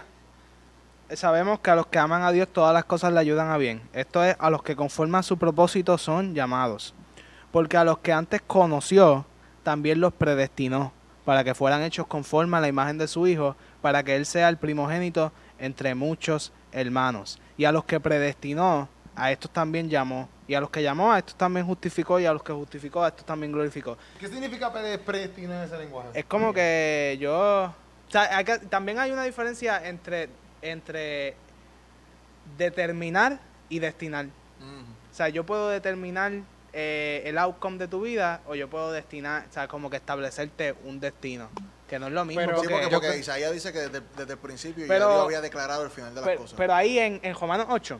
sabemos que a los que aman a Dios todas las cosas le ayudan a bien. Esto es, a los que conforman su propósito son llamados. Porque a los que antes conoció, también los predestinó, para que fueran hechos conforme a la imagen de su Hijo, para que Él sea el primogénito entre muchos hermanos. Y a los que predestinó, a estos también llamó. Y a los que llamó, a estos también justificó. Y a los que justificó, a estos también glorificó. ¿qué significa pre- predestinar en ese lenguaje? Es como que yo... O sea, hay que- también hay una diferencia entre, entre determinar y destinar. Ujú. O sea, yo puedo determinar eh, el outcome de tu vida o yo puedo destinar, o sea, como que establecerte un destino. Que no es lo mismo. Pero- Sí, porque, porque, yo porque creo- Isaías dice que desde, desde el principio Pero- ya Dios había declarado el final de las pero, cosas. pero ahí en, en Romanos ocho,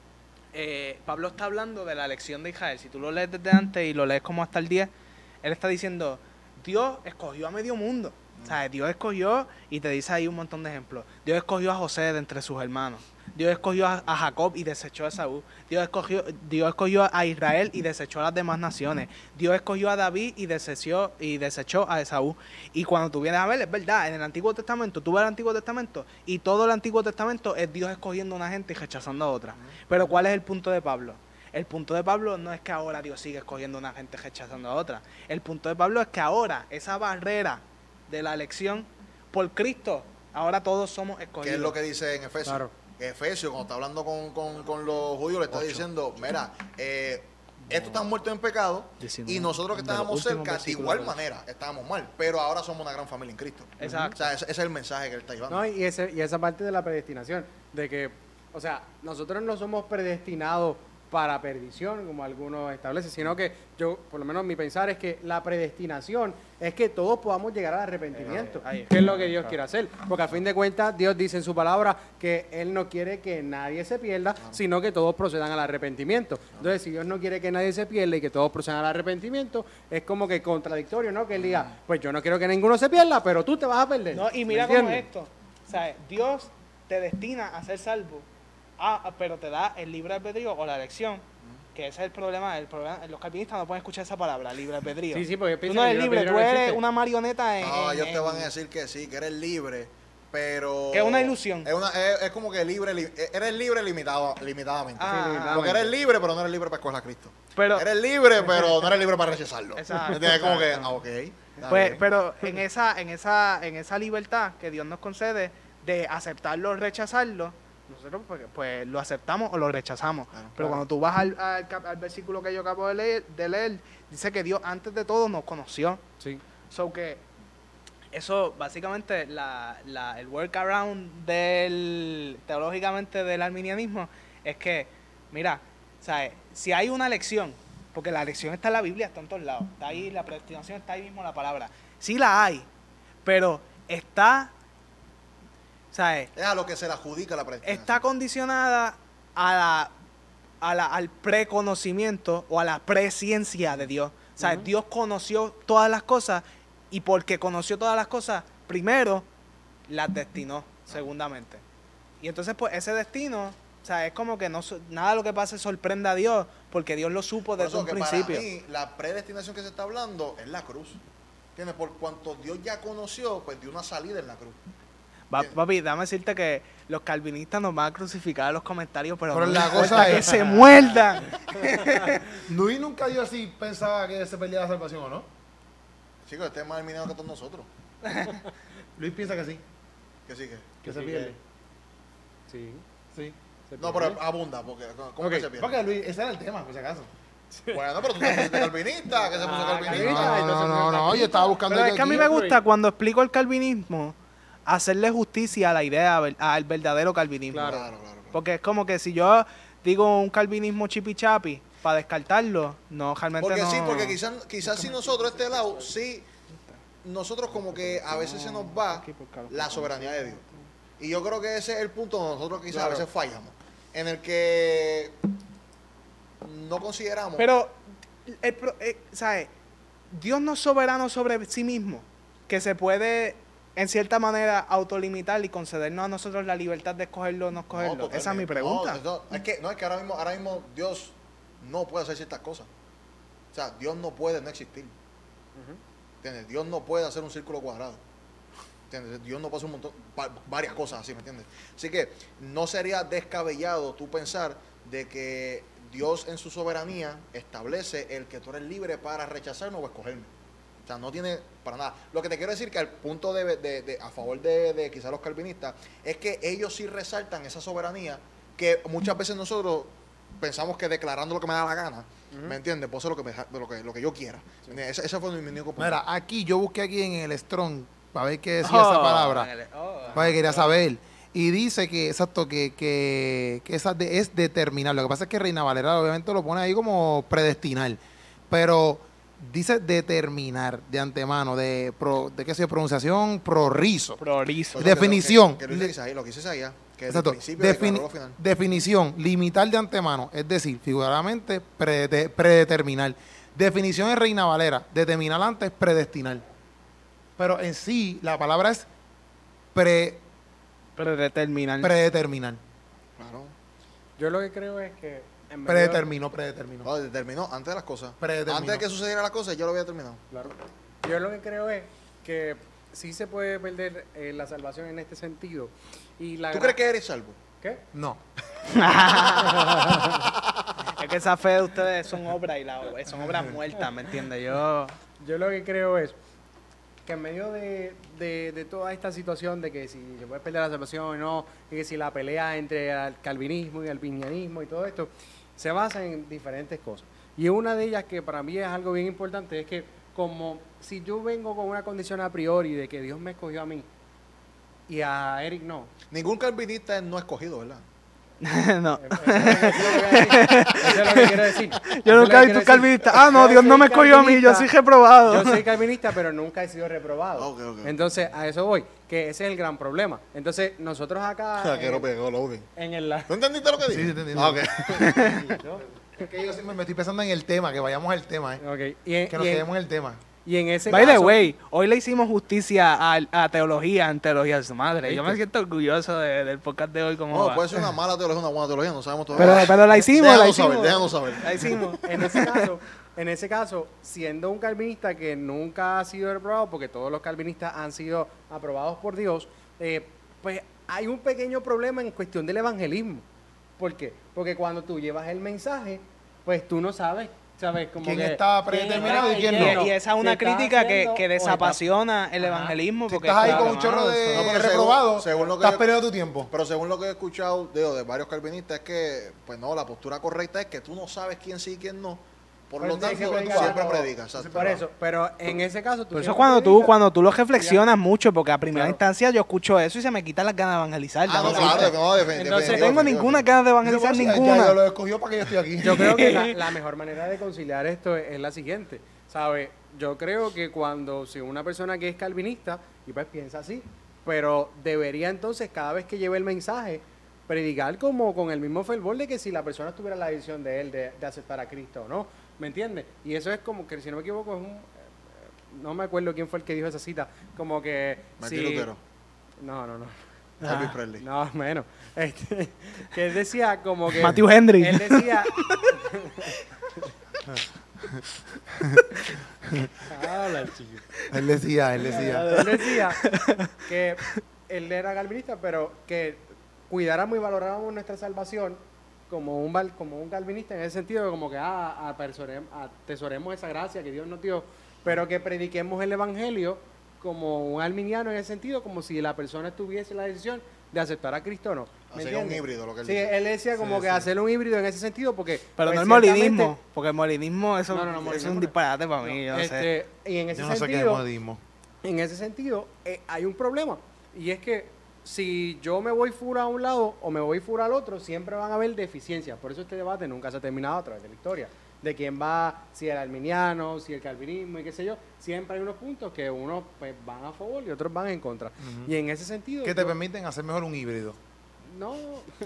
eh, Pablo está hablando de la elección de Israel. Si tú lo lees desde antes y lo lees como hasta el diez, él está diciendo, Dios escogió a medio mundo. O sea, Dios escogió, y te dice ahí un montón de ejemplos. Dios escogió a José de entre sus hermanos. Dios escogió a, a Jacob y desechó a Esaú. Dios escogió, Dios escogió a Israel y desechó a las demás naciones. Dios escogió a David y desechó, y desechó a Esaú. Y cuando tú vienes a ver, es verdad, en el Antiguo Testamento, tú ves el Antiguo Testamento y todo el Antiguo Testamento es Dios escogiendo a una gente y rechazando a otra. Pero ¿cuál es el punto de Pablo? El punto de Pablo no es que ahora Dios sigue escogiendo a una gente y rechazando a otra. El punto de Pablo es que ahora esa barrera de la elección por Cristo, ahora todos somos escogidos. ¿Qué es lo que dice en Efesios? Claro. Efesios, cuando está hablando con, con, con los judíos, le está Ocho. diciendo, mira, eh, estos están muertos en pecado diecinueve. y nosotros que De los estábamos últimos cerca, de versículos igual de- manera, estábamos mal, pero ahora somos una gran familia en Cristo. Exacto. O sea, ese, ese es el mensaje que él está llevando. No, y, ese, y esa parte de la predestinación, de que, o sea, nosotros no somos predestinados para perdición, como algunos establecen, sino que yo, por lo menos mi pensar es que la predestinación es que todos podamos llegar al arrepentimiento, Eh, ahí. que es lo que Dios quiere hacer. Porque a fin de cuentas, Dios dice en su palabra que Él no quiere que nadie se pierda, sino que todos procedan al arrepentimiento. Entonces, si Dios no quiere que nadie se pierda y que todos procedan al arrepentimiento, es como que contradictorio, ¿no? Que Él diga, pues yo no quiero que ninguno se pierda, pero tú te vas a perder. No, y ¿Me mira cómo es entiendes? esto. O sea, Dios te destina a ser salvo, ah, pero te da el libre albedrío o la elección, que ese es el problema. El problema los calvinistas no pueden escuchar esa palabra, libre albedrío. Sí, sí, porque Tú piensan no que eres el libre, libre tú albedrío no eres existe. una marioneta en... No, en- ellos te en- van a decir que sí, que eres libre, pero... Que es una ilusión. Es, una- es- es como que libre, li- eres libre limitado, limitadamente. Ah, limitadamente. Porque eres libre, pero no eres libre para escoger a Cristo. Pero, Eres libre, pero no eres libre para rechazarlo. Exacto, ¿Entiendes? Como que, exacto. ah, ok. está pues, bien. pero en esa, en esa, en esa libertad que Dios nos concede de aceptarlo o rechazarlo, nosotros pues, pues lo aceptamos o lo rechazamos. Claro, Pero claro. cuando tú vas al, al, cap- al versículo que yo acabo de leer, de leer, dice que Dios antes de todo nos conoció. Sí. So que eso básicamente la, la, el workaround del teológicamente del arminianismo es que, mira, ¿sabes? Si hay una elección, porque la elección está en la Biblia, está en todos lados, está ahí, la predestinación está ahí mismo la palabra. Sí la hay, pero está, ¿sabes? Es a lo que se le adjudica la predestinación. Está condicionada a la, a la- al preconocimiento o a la presciencia de Dios. O sea, Ujú. Dios conoció todas las cosas y porque conoció todas las cosas, primero las destinó, segundamente. Y entonces, pues, ese destino, o sea, es como que no so- nada de lo que pase sorprende a Dios porque Dios lo supo Por desde eso un que principio. Para mí, la predestinación que se está hablando es la cruz. ¿Entiendes? Por cuanto Dios ya conoció, pues dio una salida en la cruz. Va- Bien. papi, déjame decirte que los calvinistas nos van a crucificar en los comentarios, pero, Pero no la les importa cosa que es- se muerdan. Luis nunca dio así, pensaba que se perdía la salvación, ¿o no? Chicos, este es más eliminado que todos nosotros. Luis piensa que sí, Que sí que. que se sí, pierde. Sí. Sí. se No, pierde. pero abunda, porque ¿cómo Ok, que se pierde? Porque Luis, ese era el tema, por si acaso. Bueno, pero tú te pusiste calvinista, que se puso Ah, calvinista. calvinista. No, no, no, no, yo estaba buscando Pero el es que a mí aquí. me gusta cuando explico el calvinismo, hacerle justicia a la idea, ver- al verdadero calvinismo. Claro. Claro, claro, claro. Porque es como que si yo digo un calvinismo chipi chapi para descartarlo, no, realmente Porque no. sí, porque quizás quizás si nosotros, este lado, sí, nosotros como que a veces se nos va la soberanía de Dios. Y yo creo que ese es el punto donde nosotros quizás Claro. a veces fallamos. En el que no consideramos... Pero, el pro- eh, ¿sabes? Dios no es soberano sobre sí mismo, que se puede, en cierta manera, autolimitar y concedernos a nosotros la libertad de escogerlo o no escogerlo. No, Esa es mi totalmente. pregunta. No, no, es que, no, es que ahora mismo, ahora mismo Dios no puede hacer ciertas cosas. O sea, Dios no puede no existir. ¿Entiendes? Dios no puede hacer un círculo cuadrado. ¿Entiendes? Dios no puede hacer un montón, va- varias cosas así, ¿me entiendes? Así que no sería descabellado tú pensar de que Dios en su soberanía establece el que tú eres libre para rechazarme o escogerme. O sea, no tiene para nada. Lo que te quiero decir que al punto de, de- de- a favor de, de quizás los calvinistas es que ellos sí resaltan esa soberanía que muchas veces nosotros pensamos que declarando lo que me da la gana, ¿me entiendes? Puedo hacer lo que, me, da- lo que, lo que yo quiera. Ese, ese fue mi, mi único punto. Mira, aquí yo busqué aquí en el Strong para ver qué decía esa Oh, palabra. oh. Para que quería saber. Y dice que, exacto, que, que, que esa de- es determinar. Lo que pasa es que Reina Valera obviamente lo pone ahí como predestinar. Pero dice determinar de antemano, de, pro, de qué sé yo, pronunciación, prorizo. Prorizo. Por eso que- definición. Que, que lo dice Isaías, lo que dice Isaías, que desde Exacto. el principio Defini- declaró lo final. definición, limitar de antemano, es decir, figuradamente, prede- predeterminar. Definición en Reina Valera, determinar antes, predestinar. pero en sí la palabra es pre, Predeterminar. predeterminar. Claro. Yo lo que creo es que... en medio- Predeterminó, predeterminó. No, determinó antes de las cosas. Predeterminó. Antes de que sucediera las cosas, yo lo había determinado. Claro. Yo lo que creo es que sí se puede perder eh, la salvación en este sentido. Y la ¿Tú gran- crees que eres salvo? ¿Qué? No. Es que esa fe de ustedes son obras y la, son obras muertas, ¿me entiendes? Yo... Yo lo que creo es que en medio de, de, de toda esta situación de que si se puede perder la salvación o no, y que si la pelea entre el calvinismo y el arminianismo y todo esto, se basa en diferentes cosas. Y una de ellas que para mí es algo bien importante es que como si yo vengo con una condición a priori de que Dios me escogió a mí y a Eric no. Ningún calvinista es no escogido, ¿verdad? no. Eso es lo que quiero decir. Yo nunca he visto un calvinista. Ah, no, Dios no me escogió a mí, yo soy reprobado. Yo soy calvinista, pero nunca he sido reprobado. Ok, ok. Entonces, a eso voy, que ese es el gran problema. Entonces, nosotros acá... que no en, pegó, Logan. en el... la- ¿No entendiste lo que dije? Sí, sí, te entendí. Ah, ok. Es que yo siempre me estoy pensando en el tema, que vayamos al tema, ¿eh? Ok, y en, Que nos y en- quedemos en el tema. y en ese By the caso... way, hoy le hicimos justicia a, a teología, en teología de su madre. Yo me siento orgulloso de- del podcast de hoy. Como No, puede ser una mala teología, una buena teología, no sabemos todavía. pero, pero la hicimos, la Déjanos hicimos. saber, déjanos saber. La hicimos. En ese caso, en ese caso, siendo un calvinista que nunca ha sido reprobado, porque todos los calvinistas han sido aprobados por Dios, eh, pues hay un pequeño problema en cuestión del evangelismo. ¿Por qué? Porque cuando tú llevas el mensaje, pues tú no sabes, ¿sabes? Como ¿Quién que- está predeterminado y quién Y, no? y esa es una Si estás crítica que, haciendo que o estás- desapasiona el Ajá. evangelismo. Si Porque, estás ahí claro, con un chorro mano, de eso- No, pero según- reprobados, según lo que estás yo- perdiendo tu tiempo. Pero según lo que he escuchado digo, de varios calvinistas, es que, pues no, la postura correcta es que tú no sabes quién sí y quién no. Por Por lo eso tanto, siempre siempre, predicas. siempre predicas. exacto. Por eso, pero en ese caso... tú Por eso siempre cuando tú, predicas. cuando tú lo reflexionas mucho, porque a primera Claro. instancia yo escucho eso y se me quitan las ganas de evangelizar. Ah, no, dame claro, decirte. no, definitivamente. Entonces, No tengo ninguna ganas de evangelizar, Dice, "Pues, ninguna. Ya, ya lo escogió para que yo estoy aquí. Yo creo que la, la mejor manera de conciliar esto es, es la siguiente, ¿sabe? Yo creo que cuando, si una persona que es calvinista, y pues piensa así, pero debería entonces cada vez que lleve el mensaje, predicar como con el mismo fervor de que si la persona tuviera la decisión de él de, de aceptar a Cristo o no, ¿me entiendes? Y eso es como que, si no me equivoco, es un... eh, no me acuerdo quién fue el que dijo esa cita, como que... Martín si- Lutero, No, no, no. Elvis Presley. No, menos. Este, que él decía como que... Matthew Henry. Él decía... Habla, chico. Él decía, él decía. Él decía que él era calvinista, pero que cuidáramos y valoráramos nuestra salvación como un val- como un calvinista en ese sentido, como que ah, atesorem- atesoremos esa gracia que Dios nos dio, pero que prediquemos el evangelio como un arminiano en ese sentido, como si la persona tuviese la decisión de aceptar a Cristo o no. ¿Me Sería un entiendes? híbrido lo que él Sí, dice. él decía como Sí, que sí. hacer un híbrido en ese sentido, porque... Pero pues, no el ciertamente- molinismo, porque el molinismo eso, No, no, no, eso es molinismo un no. disparate para mí, yo no sé. Este, y en ese Yo no sé qué es sentido, modismo. en ese sentido, eh, hay un problema. Y es que si yo me voy fuera a un lado o me voy fuera al otro, siempre van a haber deficiencias. Por eso este debate nunca se ha terminado a través de la historia. De quién va, si el arminiano, si el calvinismo y qué sé yo. Siempre hay unos puntos que unos pues, van a favor y otros van en contra. Y en ese sentido... Que te yo- permiten hacer mejor un híbrido. No,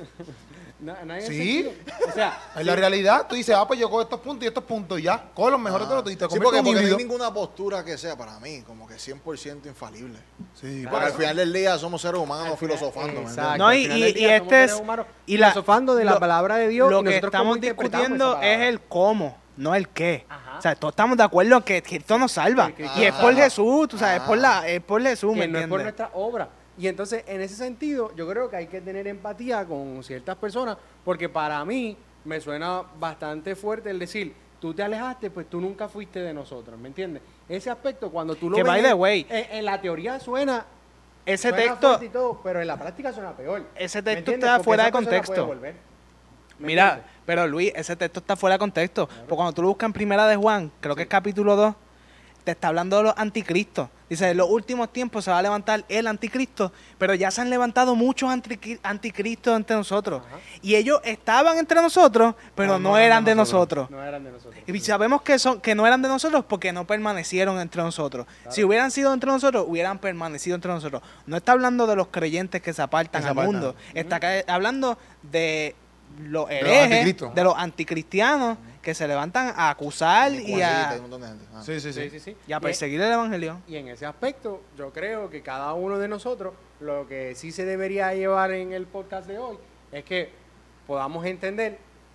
no, no hay Sí. sentido. O sea, En la realidad, tú dices, ah, pues yo cojo estos puntos y estos puntos y ya. Coge los mejores de los y te Sí, conviertes porque, en un porque no hay híbrido. ninguna postura que sea para mí como que cien por ciento infalible. Sí, Porque al final del día somos seres humanos Al final- filosofando. ¿me exacto. entiendes? No, Al y- final y- del y día somos este seres es- humanos y la- filosofando de la lo- palabra de Dios. Lo y que nosotros cómo estamos interpretamos discutiendo esa es palabra. el cómo, no el qué. Ajá. O sea, todos estamos de acuerdo que, que esto nos salva. Que- y es por Ajá. Jesús, tú sabes, es por, la, es por Jesús, ¿me que no es por entiendes? nuestra obra. Y entonces, en ese sentido, yo creo que hay que tener empatía con ciertas personas, porque para mí me suena bastante fuerte el decir, tú te alejaste, pues tú nunca fuiste de nosotros, ¿me entiendes? Ese aspecto, cuando tú lo Que, ves by the en- way, en, en la teoría suena, Ese suena texto, fuerte y todo, pero en la práctica suena peor. ese ¿me texto entiendes? está Porque fuera esa de persona contexto. puede volver. ¿Me Mira, entiendes? pero Luis, ese texto está fuera de contexto. Porque cuando tú lo buscas en Primera de Juan, creo que es capítulo dos, te está hablando de los anticristos. Dice, en los últimos tiempos se va a levantar el anticristo, pero ya se han levantado muchos antiqui- anticristos entre nosotros. Ajá. Y ellos estaban entre nosotros, pero no, eran de nosotros. No eran de nosotros. Y sabemos que son que no eran de nosotros porque no permanecieron entre nosotros. Si hubieran sido entre nosotros, hubieran permanecido entre nosotros. No está hablando de los creyentes que se apartan Que se al apartan. mundo. Está ca- hablando de los los herejes, anticristos. de los anticristianos, que que se levantan a acusar y Juanita, a, un montón de gente. Ah. Sí, sí, sí. Sí, sí, sí. y a Y- perseguir el evangelio. Y en ese aspecto, yo creo que cada uno de nosotros, lo que sí se debería llevar en el podcast de hoy, es que podamos entender.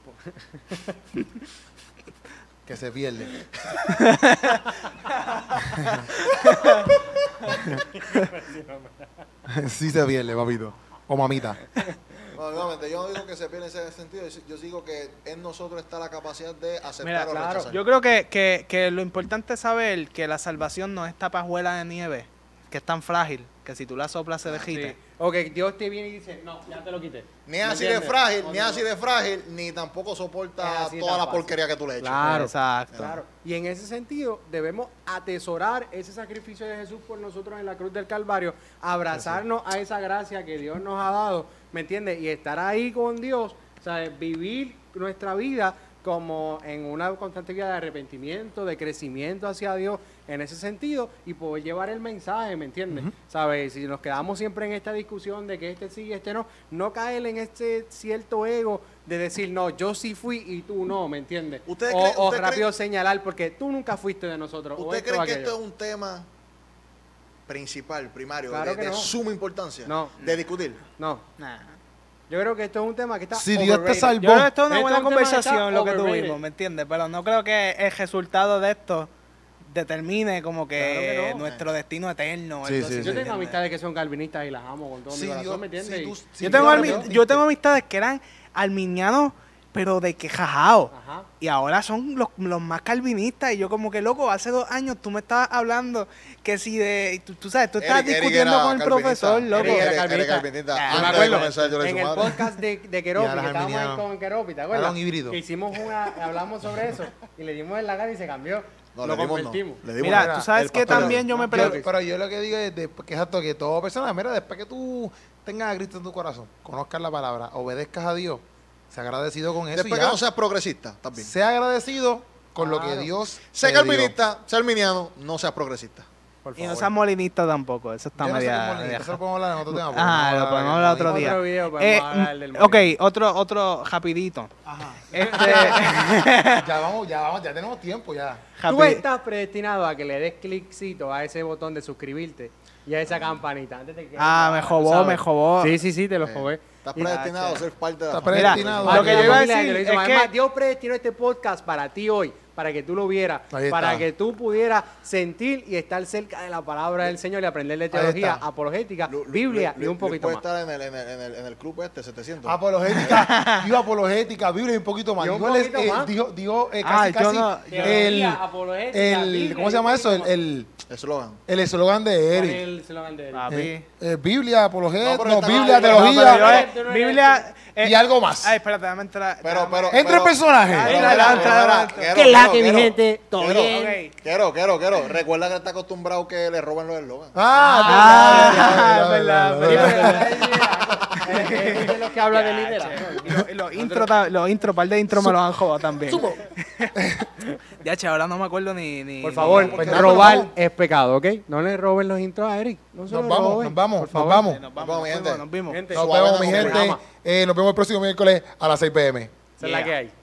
Que se pierde. Sí se pierde, papito. O mamita. No, nuevamente, yo no digo que se pierda en ese sentido, yo yo digo que en nosotros está la capacidad de aceptar Mira, o claro, rechazar. Yo creo que, que, que lo importante es saber que la salvación no es esta pajuela de nieve, que es tan frágil, que si tú la soplas se derrite. Sí. O que Dios te viene y dice, no, ya te lo quité. Ni ¿Me así de entiendes? frágil, No, ni no, así no. de frágil, ni tampoco Es soporta así toda tan la fácil. porquería que tú le echas. Claro. Exacto. Claro. Y en ese sentido, debemos atesorar ese sacrificio de Jesús por nosotros en la cruz del Calvario, abrazarnos a esa gracia que Dios nos ha dado, ¿me entiendes? Y estar ahí con Dios, ¿sabes? Vivir nuestra vida como en una constante vida de arrepentimiento, de crecimiento hacia Dios en ese sentido y poder llevar el mensaje, ¿me entiendes? ¿Sabes? Si nos quedamos siempre en esta discusión de que este sí y este no, no caer en este cierto ego de decir, no, yo sí fui y tú no, ¿me entiendes? ¿Usted o cree- o usted rápido cree- señalar porque tú nunca fuiste de nosotros. o ¿Usted esto cree o que aquello. esto es un tema principal, primario, Claro de, que de no. suma importancia No. de discutir? No, Nah. yo creo que esto es un tema que está Si Dios te overrated. salvó. Yo creo que esto es una Esto buena es un tema que está conversación lo que overrated. tuvimos, ¿me entiendes? Pero no creo que el resultado de esto determine como que, Claro que no. nuestro destino eterno. Sí, algo sí, así, sí. Yo ¿me tengo entiendes? amistades que son calvinistas y las amo con todo Sí, mi corazón, Dios- ¿me entiendes? sí, Y- tú- sí, Yo tengo, Dios almi- te- yo tengo amistades que eran arminianos, pero de que jajaos. Ajá. Y ahora son los, los más calvinistas. Y yo como que, loco, hace dos años tú me estabas hablando que si de... Tú, tú sabes, tú estabas Eric- Eric discutiendo era con el calvinista. profesor, loco. Eric era Eric- Eric calvinista. calvinista, Ah, antes me de acuerdo, comenzar yo le en su el madre. podcast de, de Keropi, Y ahora que estábamos ahí arminiano. con Keropi, ¿te Ahora acuerdas? un híbrido. Que hicimos una, hablamos sobre eso y le dimos en la cara y se cambió. No, lo le dimos no. convertimos. Le dimos Mira, no. tú sabes El que pastor- también yo me Yo- pregunto... pero yo lo que digo es de- que, exacto, que toda persona, mira, después que tú tengas a Cristo en tu corazón, conozcas la palabra, obedezcas a Dios, sea agradecido con eso Después y que ya. no seas progresista, también. Sea agradecido con lo que Claro. Dios Sé te dio. calvinista, sé arminiano, no seas progresista. Por Y no favor. seas molinista tampoco. Eso está Yo no sé media... cómo ni- media- eso lo podemos hablar en otro tema. Ah, lo podemos hablar otro Otro día. video podemos Eh, hablar del ok, otro, otro rapidito. Este, Ya vamos, ya vamos, ya tenemos tiempo ya. Tú rapi- estás predestinado a que le des cliccito a ese botón de suscribirte y a esa campanita. Antes de que Ah, me jodó, ¿sabes? me jodó. Sí, sí, sí, te lo jodé. Estás Y- predestinado a ser parte de la Está familia. predestinado. Mira, lo que yo iba a Familia, decir te lo hizo. es Además, que- Dios predestinó este podcast para ti hoy, para que tú lo vieras, Ahí para está. que tú pudieras sentir y estar cerca de la palabra del Señor y aprender de teología, está. apologética, Lu- Lu- Biblia Lu- y un Lu- poquito puede más. estar en el, en, el, en, el, en el club este, setecientos. Apologética, digo apologética, Biblia y un poquito más. Y un Dijo, el- poquito eh, más. dijo, dijo, eh, Ah, casi, yo casi no- el, Teología, apologética, el, Biblia ¿cómo y se llama un eso? El, poquito el, Eslogan. el eslogan de ¿Cuál es Eric. el eslogan de él? Papi. Eh, eh, Biblia, apologética, No, pero no, está Biblia, mal, pero- No, pero yo, teología eh, Tú no eres- Biblia... eh, y algo más. Ay, espérate, déjame entrar. Pero, déjame- pero, Entre pero- personajes. Ay, Pero, adelante, pero, pero, adelante. quiero, ¿Qué la quiero, que mi quiero. gente? ¿Todo Quiero, bien? Ok. Quiero, quiero, quiero. Recuerda que está acostumbrado que le roban los eslogans. Ah, Ah, es verdad, verdad, Sí, es verdad, verdad, verdad. es verdad. pero es de los que habla de liderazgo. Y lo- y los intro, ta- los intro, par de intro me los han jugado también. Ya, che, ahora no me acuerdo ni... ni Por ni- favor, Pues nada, robar nos vamos. es pecado, ¿ok? No le roben los intros a Eric. No se Nos los vamos, roben, nos vamos, por nos favor. vamos. Nos Nos vamos, vamos, nos gente. vimos, nos vimos. Gente, Nos Suave vemos, en mi el gente. programa. Eh, nos vemos el próximo miércoles a las seis p m esa es la que hay.